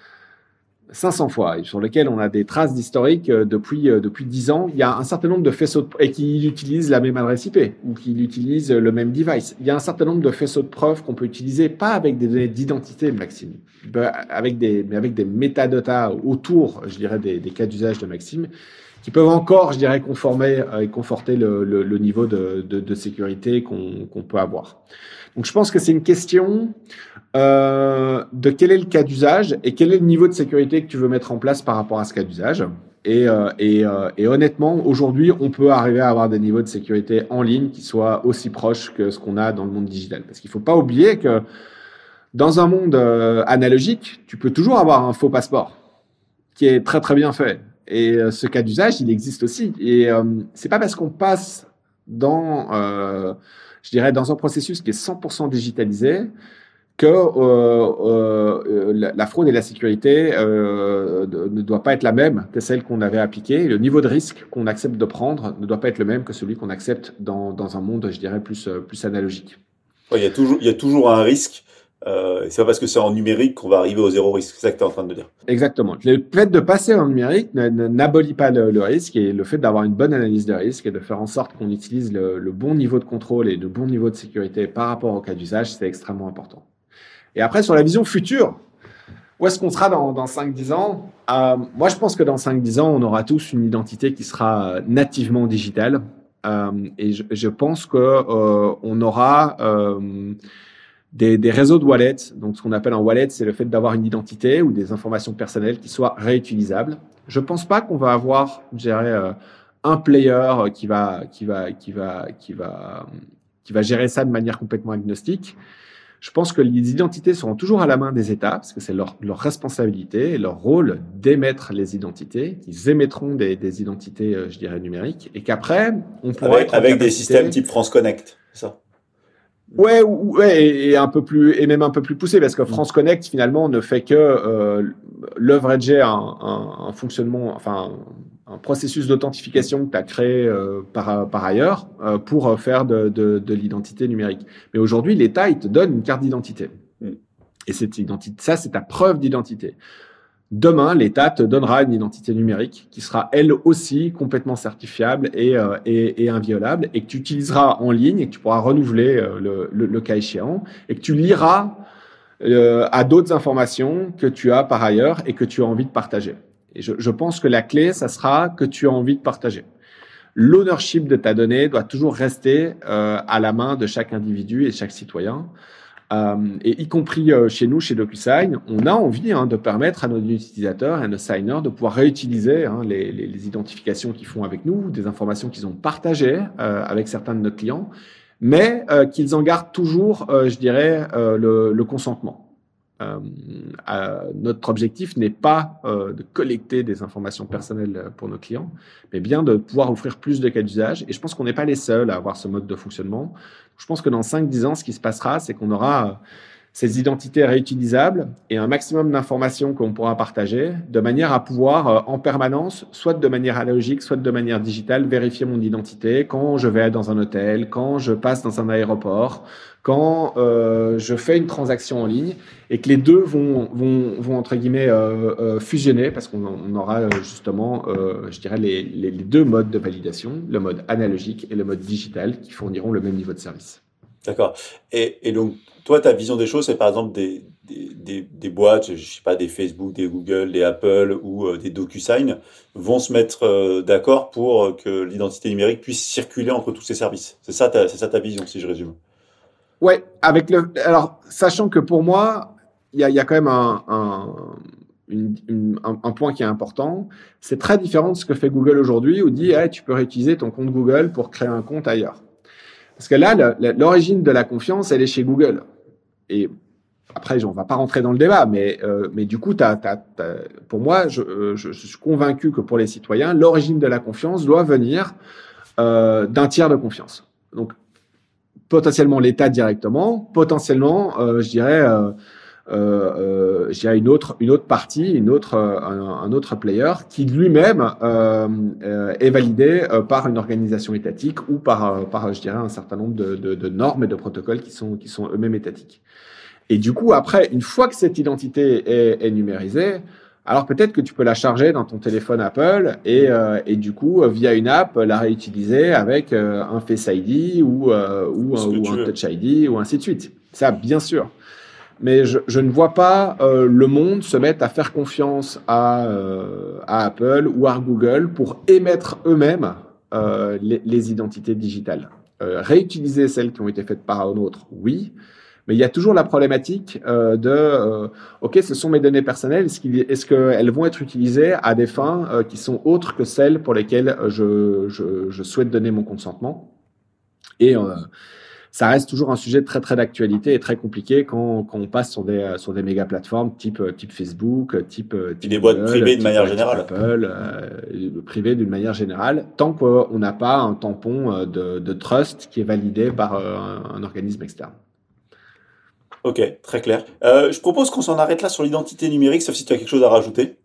cinq cents fois et sur lequel on a des traces d'historique euh, depuis euh, depuis dix ans, il y a un certain nombre de faisceaux de, et qu'il utilise la même adresse I P ou qu'il utilise le même device. Il y a un certain nombre de faisceaux de preuves qu'on peut utiliser, pas avec des données d'identité de Maxime, avec des mais avec des métadatas autour, je dirais, des, des cas d'usage de Maxime, qui peuvent encore, je dirais, conformer euh, et conforter le, le, le niveau de, de, de sécurité qu'on, qu'on peut avoir. Donc, je pense que c'est une question euh, de quel est le cas d'usage et quel est le niveau de sécurité que tu veux mettre en place par rapport à ce cas d'usage. Et, euh, et, euh, et honnêtement, aujourd'hui, on peut arriver à avoir des niveaux de sécurité en ligne qui soient aussi proches que ce qu'on a dans le monde digital. Parce qu'il ne faut pas oublier que dans un monde euh, analogique, tu peux toujours avoir un faux passeport qui est très, très bien fait. Et euh, ce cas d'usage, il existe aussi. Et euh, c'est pas parce qu'on passe dans... Euh, je dirais, dans un processus qui est cent pour cent digitalisé, que euh, euh, la, la fraude et la sécurité euh, de, ne doit pas être la même que celle qu'on avait appliquée. Le niveau de risque qu'on accepte de prendre ne doit pas être le même que celui qu'on accepte dans, dans un monde, je dirais, plus, plus analogique. Ouais, il y a toujours, il y a toujours un risque. Euh, c'est pas parce que c'est en numérique qu'on va arriver au zéro risque. C'est ça que tu es en train de dire. Exactement. Le fait de passer en numérique n'abolit pas le, le risque, et le fait d'avoir une bonne analyse de risque et de faire en sorte qu'on utilise le, le bon niveau de contrôle et le bon niveau de sécurité par rapport au cas d'usage, c'est extrêmement important. Et après, sur la vision future, où est-ce qu'on sera dans, dans cinq dix ans? euh, Moi, je pense que dans cinq dix ans, on aura tous une identité qui sera nativement digitale. Euh, et je, je pense qu'on euh, aura... Euh, Des, des réseaux de wallets. Donc, ce qu'on appelle un wallet, c'est le fait d'avoir une identité ou des informations personnelles qui soient réutilisables. Je pense pas qu'on va avoir, je dirais, euh, un player qui va, qui va, qui va, qui va, qui va gérer ça de manière complètement agnostique. Je pense que les identités seront toujours à la main des États, parce que c'est leur, leur responsabilité et leur rôle d'émettre les identités. Ils émettront des, des identités, euh, je dirais, numériques, et qu'après, on pourra avec, avec des systèmes type France Connect, c'est ça? Ouais, ouais, et, et un peu plus, et même un peu plus poussé, parce que France Connect finalement ne fait que euh, leverager un, un, un fonctionnement, enfin un, un processus d'authentification que tu as créé euh, par par ailleurs euh, pour faire de, de, de l'identité numérique. Mais aujourd'hui, l'État il te donne une carte d'identité, mm. et cette identité, ça c'est ta preuve d'identité. Demain, l'État te donnera une identité numérique qui sera elle aussi complètement certifiable et, euh, et, et inviolable, et que tu utiliseras en ligne et que tu pourras renouveler euh, le, le, le cas échéant, et que tu liras euh, à d'autres informations que tu as par ailleurs et que tu as envie de partager. Et je, je pense que la clé, ça sera que tu as envie de partager. L'ownership de ta donnée doit toujours rester euh, à la main de chaque individu et de chaque citoyen. Euh, et y compris euh, chez nous, chez DocuSign, on a envie hein, de permettre à nos utilisateurs et à nos signers de pouvoir réutiliser hein, les, les, les identifications qu'ils font avec nous, des informations qu'ils ont partagées euh, avec certains de nos clients, mais euh, qu'ils en gardent toujours, euh, je dirais, euh, le, le consentement. Euh, euh, notre objectif n'est pas euh, de collecter des informations personnelles pour nos clients, mais bien de pouvoir offrir plus de cas d'usage. Et je pense qu'on n'est pas les seuls à avoir ce mode de fonctionnement. Je pense que dans cinq dix ans, ce qui se passera, c'est qu'on aura euh, ces identités réutilisables et un maximum d'informations qu'on pourra partager de manière à pouvoir euh, en permanence, soit de manière analogique, soit de manière digitale, vérifier mon identité quand je vais dans un hôtel, quand je passe dans un aéroport, quand euh, je fais une transaction en ligne, et que les deux vont, vont, vont entre guillemets, euh, euh, fusionner, parce qu'on on aura justement, euh, je dirais, les, les, les deux modes de validation, le mode analogique et le mode digital, qui fourniront le même niveau de service. D'accord. Et, et donc, toi, ta vision des choses, c'est par exemple des, des, des, des boîtes, je sais pas, des Facebook, des Google, des Apple ou euh, des DocuSign vont se mettre euh, d'accord pour que l'identité numérique puisse circuler entre tous ces services. C'est ça ta, c'est ça ta vision, si je résume. Ouais, avec le, alors, sachant que pour moi, il y a, y a quand même un, un, une, une, un, un point qui est important. C'est très différent de ce que fait Google aujourd'hui, où dit, hey, tu peux réutiliser ton compte Google pour créer un compte ailleurs. Parce que là, le, l'origine de la confiance, elle est chez Google. Et après, on va pas rentrer dans le débat, mais, euh, mais du coup, t'as, t'as, t'as, pour moi, je, je, je suis convaincu que pour les citoyens, l'origine de la confiance doit venir euh, d'un tiers de confiance. Donc, potentiellement l'État directement, potentiellement, euh, je dirais, euh, euh, euh, je dirais une autre, une autre partie, une autre, euh, un, un autre player qui lui-même euh, euh, est validé euh, par une organisation étatique ou par, euh, par, je dirais, un certain nombre de, de, de normes et de protocoles qui sont, qui sont eux-mêmes étatiques. Et du coup, après, une fois que cette identité est, est numérisée, alors peut-être que tu peux la charger dans ton téléphone Apple et, euh, et du coup, via une app, la réutiliser avec euh, un Face I D ou, euh, ou, un, ou un Touch I D ou ainsi de suite. Ça, bien sûr. Mais je, je ne vois pas euh, le monde se mettre à faire confiance à, euh, à Apple ou à Google pour émettre eux-mêmes euh, les, les identités digitales. Euh, réutiliser celles qui ont été faites par un autre, oui. Mais il y a toujours la problématique euh, de euh, OK, ce sont mes données personnelles, est-ce, qu'il, est-ce qu'elles vont être utilisées à des fins euh, qui sont autres que celles pour lesquelles je, je, je souhaite donner mon consentement? Et euh, ça reste toujours un sujet très très d'actualité et très compliqué quand, quand on passe sur des, sur des méga plateformes type, type Facebook, type, type des boîtes privées de type, manière type générale. Apple, euh, privées d'une manière générale, tant qu'on n'a pas un tampon de, de trust qui est validé par un, un organisme externe. Ok, très clair. Euh, je propose qu'on s'en arrête là sur l'identité numérique, sauf si tu as quelque chose à rajouter.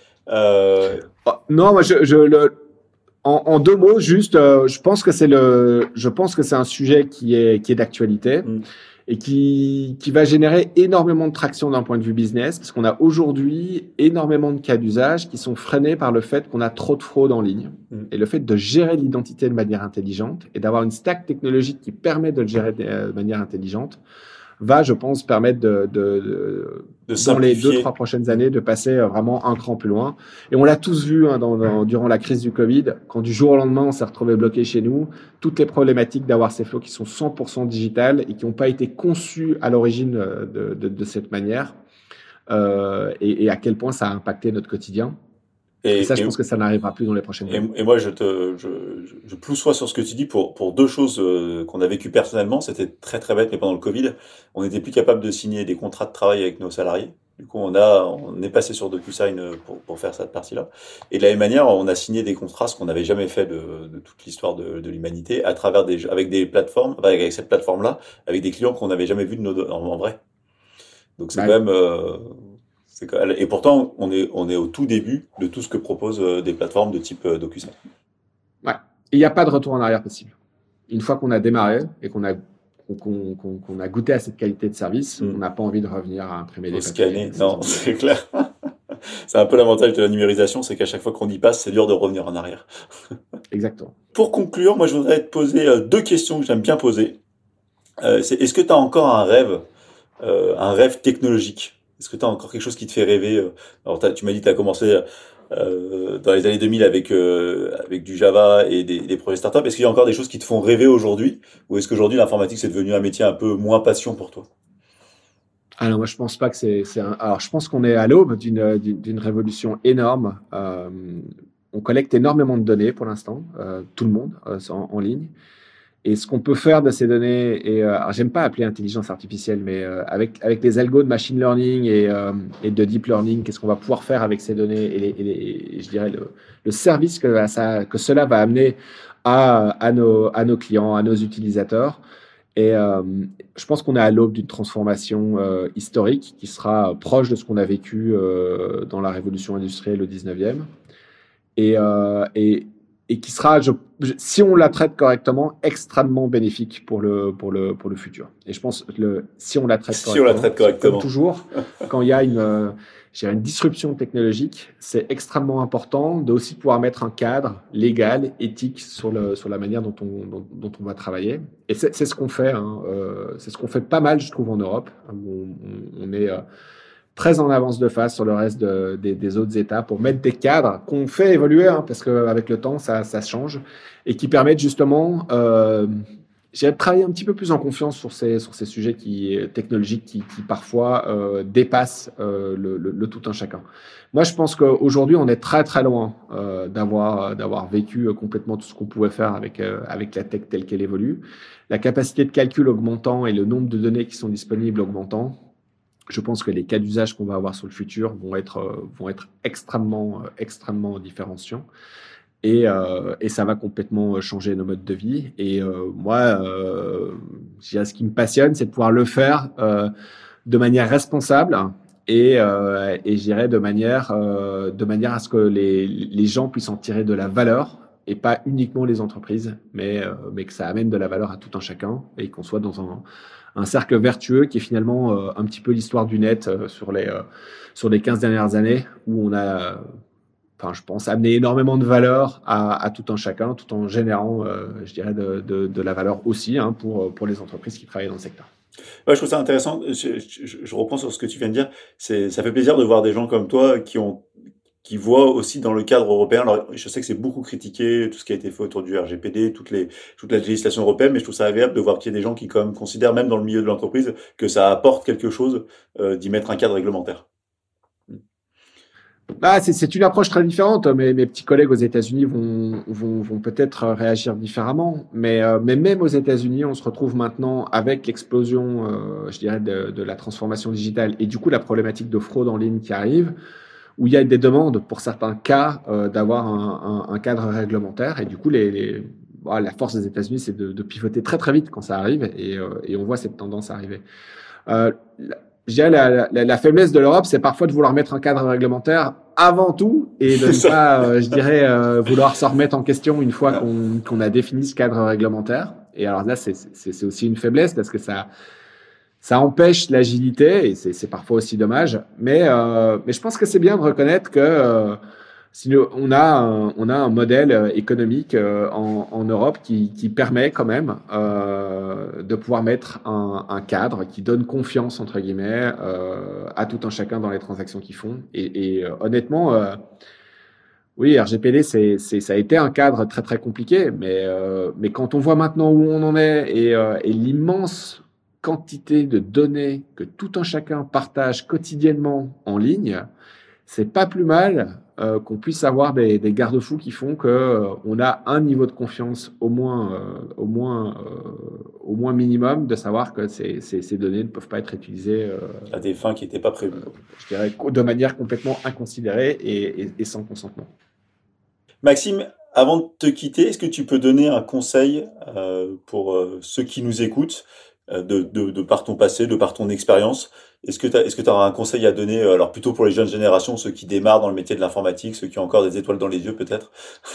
Euh... Oh, non, moi, je, je le, en, en deux mots, juste, euh, je pense que c'est le, je pense que c'est un sujet qui est qui est d'actualité mm. et qui qui va générer énormément de traction d'un point de vue business, parce qu'on a aujourd'hui énormément de cas d'usage qui sont freinés par le fait qu'on a trop de fraude en ligne mm. et le fait de gérer l'identité de manière intelligente et d'avoir une stack technologique qui permet de le gérer de, de manière intelligente va, je pense, permettre de, de, de, de dans les deux, trois prochaines années, de passer vraiment un cran plus loin. Et on l'a tous vu hein, dans, dans, durant la crise du Covid, quand du jour au lendemain, on s'est retrouvé bloqué chez nous, toutes les problématiques d'avoir ces flots qui sont cent pour cent digitales et qui n'ont pas été conçus à l'origine de, de, de cette manière, euh, et, et à quel point ça a impacté notre quotidien. Et, et ça, je et, pense que ça n'arrivera plus dans les prochaines et, années. Et moi, je te, je, je ploussois sur ce que tu dis pour, pour deux choses euh, qu'on a vécues personnellement. C'était très, très bête, mais pendant le Covid, on n'était plus capable de signer des contrats de travail avec nos salariés. Du coup, on a, on est passé sur DocuSign pour, pour faire cette partie-là. Et de la même manière, on a signé des contrats, ce qu'on n'avait jamais fait de, de toute l'histoire de, de l'humanité, à travers des, avec des plateformes, avec cette plateforme-là, avec des clients qu'on n'avait jamais vus de nos, en, en vrai. Donc, c'est ouais. quand même, euh, C'est, et pourtant, on est, on est au tout début de tout ce que proposent euh, des plateformes de type euh, DocuSign. Ouais. Il n'y a pas de retour en arrière possible. Une fois qu'on a démarré et qu'on a, qu'on, qu'on, qu'on a goûté à cette qualité de service, mm. on n'a pas envie de revenir à imprimer des papiers. Scanner, non, c'est clair. C'est un peu l'avantage de la numérisation, c'est qu'à chaque fois qu'on y passe, c'est dur de revenir en arrière. Exactement. Pour conclure, moi, je voudrais te poser euh, deux questions que j'aime bien poser. Euh, c'est, est-ce que tu as encore un rêve, euh, un rêve technologique ? Est-ce que tu as encore quelque chose qui te fait rêver ? Alors, tu m'as dit que tu as commencé euh, dans les années deux mille avec, euh, avec du Java et des, des projets startups. Est-ce qu'il y a encore des choses qui te font rêver aujourd'hui ? Ou est-ce qu'aujourd'hui, l'informatique, c'est devenu un métier un peu moins passion pour toi ? Alors, moi, je pense pas que c'est... c'est un... Alors, je pense qu'on est à l'aube d'une, d'une, d'une révolution énorme. Euh, on collecte énormément de données pour l'instant, euh, tout le monde, euh, en, en ligne. Et ce qu'on peut faire de ces données, et euh, alors j'aime pas appeler intelligence artificielle, mais euh, avec avec les algos de machine learning et, euh, et de deep learning, qu'est-ce qu'on va pouvoir faire avec ces données et, les, et, les, et je dirais le, le service que ça que cela va amener à à nos à nos clients, à nos utilisateurs. Et euh, je pense qu'on est à l'aube d'une transformation euh, historique qui sera proche de ce qu'on a vécu euh, dans la révolution industrielle au dix-neuvième. Et euh, et et qui sera, je, si on la traite correctement, extrêmement bénéfique pour le, pour le, pour le futur. Et je pense que le, si on la traite si correctement, on la traite correctement. Comme toujours, quand il y a une, euh, une disruption technologique, c'est extrêmement important de aussi pouvoir mettre un cadre légal, éthique sur, le, sur la manière dont on, dont, dont on va travailler. Et c'est, c'est ce qu'on fait. Hein, euh, c'est ce qu'on fait pas mal, je trouve, en Europe. On, on, on est... Euh, très en avance de phase sur le reste de, des, des autres États pour mettre des cadres qu'on fait évoluer, hein, parce qu'avec le temps, ça, ça change, et qui permettent justement euh, j'ai travaillé un petit peu plus en confiance sur ces, sur ces sujets qui, technologiques qui, qui parfois euh, dépassent euh, le, le, le tout un chacun. Moi, je pense qu'aujourd'hui, on est très très loin euh, d'avoir, d'avoir vécu complètement tout ce qu'on pouvait faire avec, euh, avec la tech telle qu'elle évolue. La capacité de calcul augmentant et le nombre de données qui sont disponibles augmentant, je pense que les cas d'usage qu'on va avoir sur le futur vont être, euh, vont être extrêmement, euh, extrêmement différenciants. Et, euh, et ça va complètement changer nos modes de vie. Et euh, moi, euh, je dirais, ce qui me passionne, c'est de pouvoir le faire euh, de manière responsable et, euh, et je dirais de manière, euh, de manière à ce que les, les gens puissent en tirer de la valeur et pas uniquement les entreprises, mais, euh, mais que ça amène de la valeur à tout un chacun et qu'on soit dans un, un cercle vertueux qui est finalement euh, un petit peu l'histoire du net euh, sur les, euh, sur les quinze dernières années où on a, enfin, je pense, amené énormément de valeur à, à tout un chacun, tout en générant, euh, je dirais, de, de, de la valeur aussi hein, pour, pour les entreprises qui travaillent dans le secteur. Ouais, je trouve ça intéressant. Je, je, je reprends sur ce que tu viens de dire. C'est, ça fait plaisir de voir des gens comme toi qui ont, qui voient aussi dans le cadre européen. Alors, je sais que c'est beaucoup critiqué, tout ce qui a été fait autour du R G P D, toutes les, toute la législation européenne, mais je trouve ça agréable de voir qu'il y a des gens qui, quand même, considèrent, même dans le milieu de l'entreprise, que ça apporte quelque chose euh, d'y mettre un cadre réglementaire. Ah, c'est, c'est une approche très différente. Mes, mes petits collègues aux États-Unis vont, vont, vont peut-être réagir différemment, mais, euh, mais même aux États-Unis, on se retrouve maintenant avec l'explosion, euh, je dirais, de, de la transformation digitale et du coup la problématique de fraude en ligne qui arrive, où il y a des demandes pour certains cas euh, d'avoir un, un, un cadre réglementaire et du coup les, les bah, la force des États-Unis, c'est de, de pivoter très très vite quand ça arrive et, euh, et on voit cette tendance arriver. Euh, Je dirais la, la, la faiblesse de l'Europe, c'est parfois de vouloir mettre un cadre réglementaire avant tout et de ne pas, euh, je dirais, euh, vouloir se remettre en question une fois qu'on, qu'on a défini ce cadre réglementaire. Et alors là, c'est, c'est, c'est aussi une faiblesse parce que ça, ça empêche l'agilité et c'est, c'est parfois aussi dommage. Mais, euh, mais je pense que c'est bien de reconnaître que euh, si nous, on a un, on a un modèle économique euh, en, en Europe qui, qui permet quand même euh, de pouvoir mettre un, un cadre qui donne confiance entre guillemets euh, à tout un chacun dans les transactions qu'ils font. Et, et euh, honnêtement, euh, oui, R G P D, c'est, c'est, ça a été un cadre très très compliqué, mais euh, mais quand on voit maintenant où on en est et, euh, et l'immense quantité de données que tout un chacun partage quotidiennement en ligne, c'est pas plus mal euh, qu'on puisse avoir des, des garde-fous qui font que euh, on a un niveau de confiance au moins, euh, au moins, euh, au moins minimum de savoir que ces, ces, ces données ne peuvent pas être utilisées euh, à des fins qui n'étaient pas prévues. Je dirais de manière complètement inconsidérée et, et, et sans consentement. Maxime, avant de te quitter, est-ce que tu peux donner un conseil euh, pour euh, ceux qui nous écoutent, euh, de, de, de par ton passé, de par ton expérience? Est-ce que tu est-ce que tu auras un conseil à donner, alors plutôt pour les jeunes générations, ceux qui démarrent dans le métier de l'informatique, ceux qui ont encore des étoiles dans les yeux peut-être?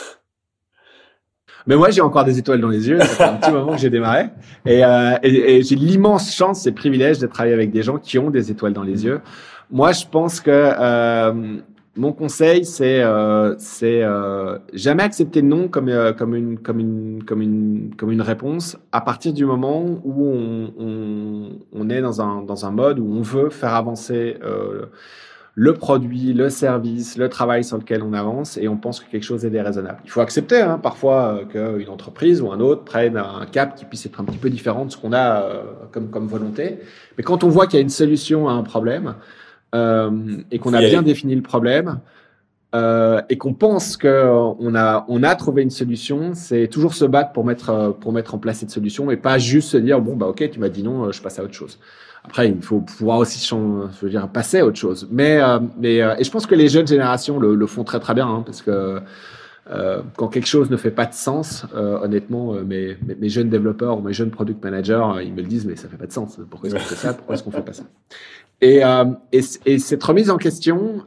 Mais moi, j'ai encore des étoiles dans les yeux. Ça fait un petit moment que j'ai démarré. Et, euh, et, et j'ai l'immense chance et privilège de travailler avec des gens qui ont des étoiles dans les yeux. Moi, je pense que euh, mon conseil, c'est euh, c'est euh, jamais accepter non comme euh, comme une comme une comme une comme une réponse à partir du moment où on on, on est dans un dans un mode où on veut faire avancer euh, le produit, le service, le travail sur lequel on avance et on pense que quelque chose est déraisonnable. Il faut accepter hein, parfois euh, qu'une entreprise ou un autre prenne un cap qui puisse être un petit peu différent de ce qu'on a euh, comme comme volonté. Mais quand on voit qu'il y a une solution à un problème, Euh, et qu'on a bien défini le problème euh, et qu'on pense qu'on a, on a trouvé une solution, c'est toujours se battre pour mettre, pour mettre en place cette solution et pas juste se dire bon bah ok tu m'as dit non, je passe à autre chose. Après il faut pouvoir aussi je veux dire passer à autre chose. Mais, euh, mais euh, et je pense que les jeunes générations le, le font très très bien hein, parce que Euh, quand quelque chose ne fait pas de sens, euh, honnêtement, euh, mes, mes, mes jeunes développeurs ou mes jeunes product managers, euh, ils me le disent, mais ça fait pas de sens. Pourquoi est-ce qu'on fait ça? Pourquoi est-ce qu'on fait pas ça? Et, euh, et, et cette remise en question,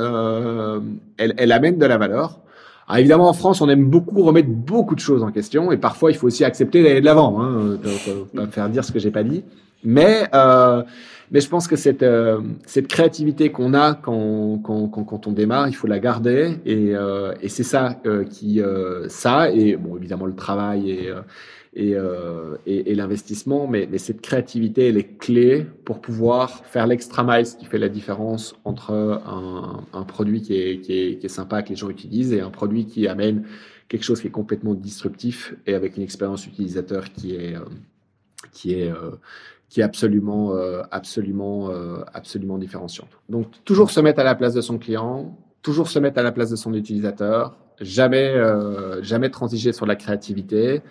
euh, elle, elle amène de la valeur. Alors évidemment, en France, on aime beaucoup remettre beaucoup de choses en question, et parfois, il faut aussi accepter d'aller de l'avant, hein, de, de, de faire dire ce que j'ai pas dit. Mais euh, mais je pense que cette euh, cette créativité qu'on a quand quand quand, quand on démarre, il faut la garder et euh, et c'est ça euh, qui euh, ça et bon évidemment le travail et euh, et, euh, et et l'investissement, mais mais cette créativité elle est clé pour pouvoir faire l'extra mile, ce qui fait la différence entre un un produit qui est qui est qui est sympa que les gens utilisent et un produit qui amène quelque chose qui est complètement disruptif et avec une expérience utilisateur qui est euh, qui est euh, qui est absolument, euh, absolument, euh, absolument différenciante. Donc, toujours se mettre à la place de son client, toujours se mettre à la place de son utilisateur, jamais, euh, jamais transiger sur la créativité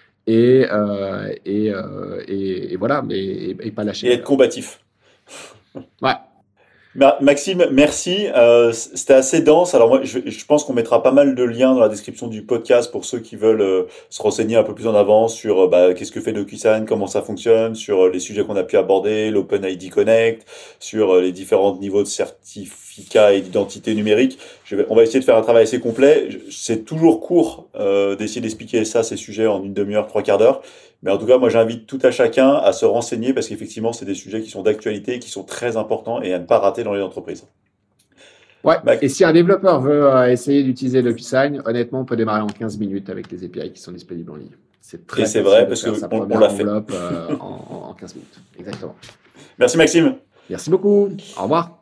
et, euh, et, euh, et, et voilà, mais et, et pas lâcher. Et être combatif. Ouais. Ma- Maxime, merci. Euh, c- c'était assez dense. Alors moi, je, je pense qu'on mettra pas mal de liens dans la description du podcast pour ceux qui veulent euh, se renseigner un peu plus en avance sur euh, bah, qu'est-ce que fait DocuSign, comment ça fonctionne, sur euh, les sujets qu'on a pu aborder, l'OpenID Connect, sur euh, les différents niveaux de certificats et d'identité numérique. Je vais, on va essayer de faire un travail assez complet. Je- C'est toujours court euh, d'essayer d'expliquer ça, ces sujets, en une demi-heure, trois quarts d'heure. Mais en tout cas, moi, j'invite tout à chacun à se renseigner parce qu'effectivement, c'est des sujets qui sont d'actualité, qui sont très importants et à ne pas rater dans les entreprises. Ouais. Mac- Et si un développeur veut euh, essayer d'utiliser DocuSign, honnêtement, on peut démarrer en quinze minutes avec les A P I qui sont disponibles en ligne. C'est très Et c'est facile vrai de parce faire que sa on- on première l'a fait. enveloppe euh, en, en en quinze minutes. Exactement. Merci Maxime. Merci beaucoup. Au revoir.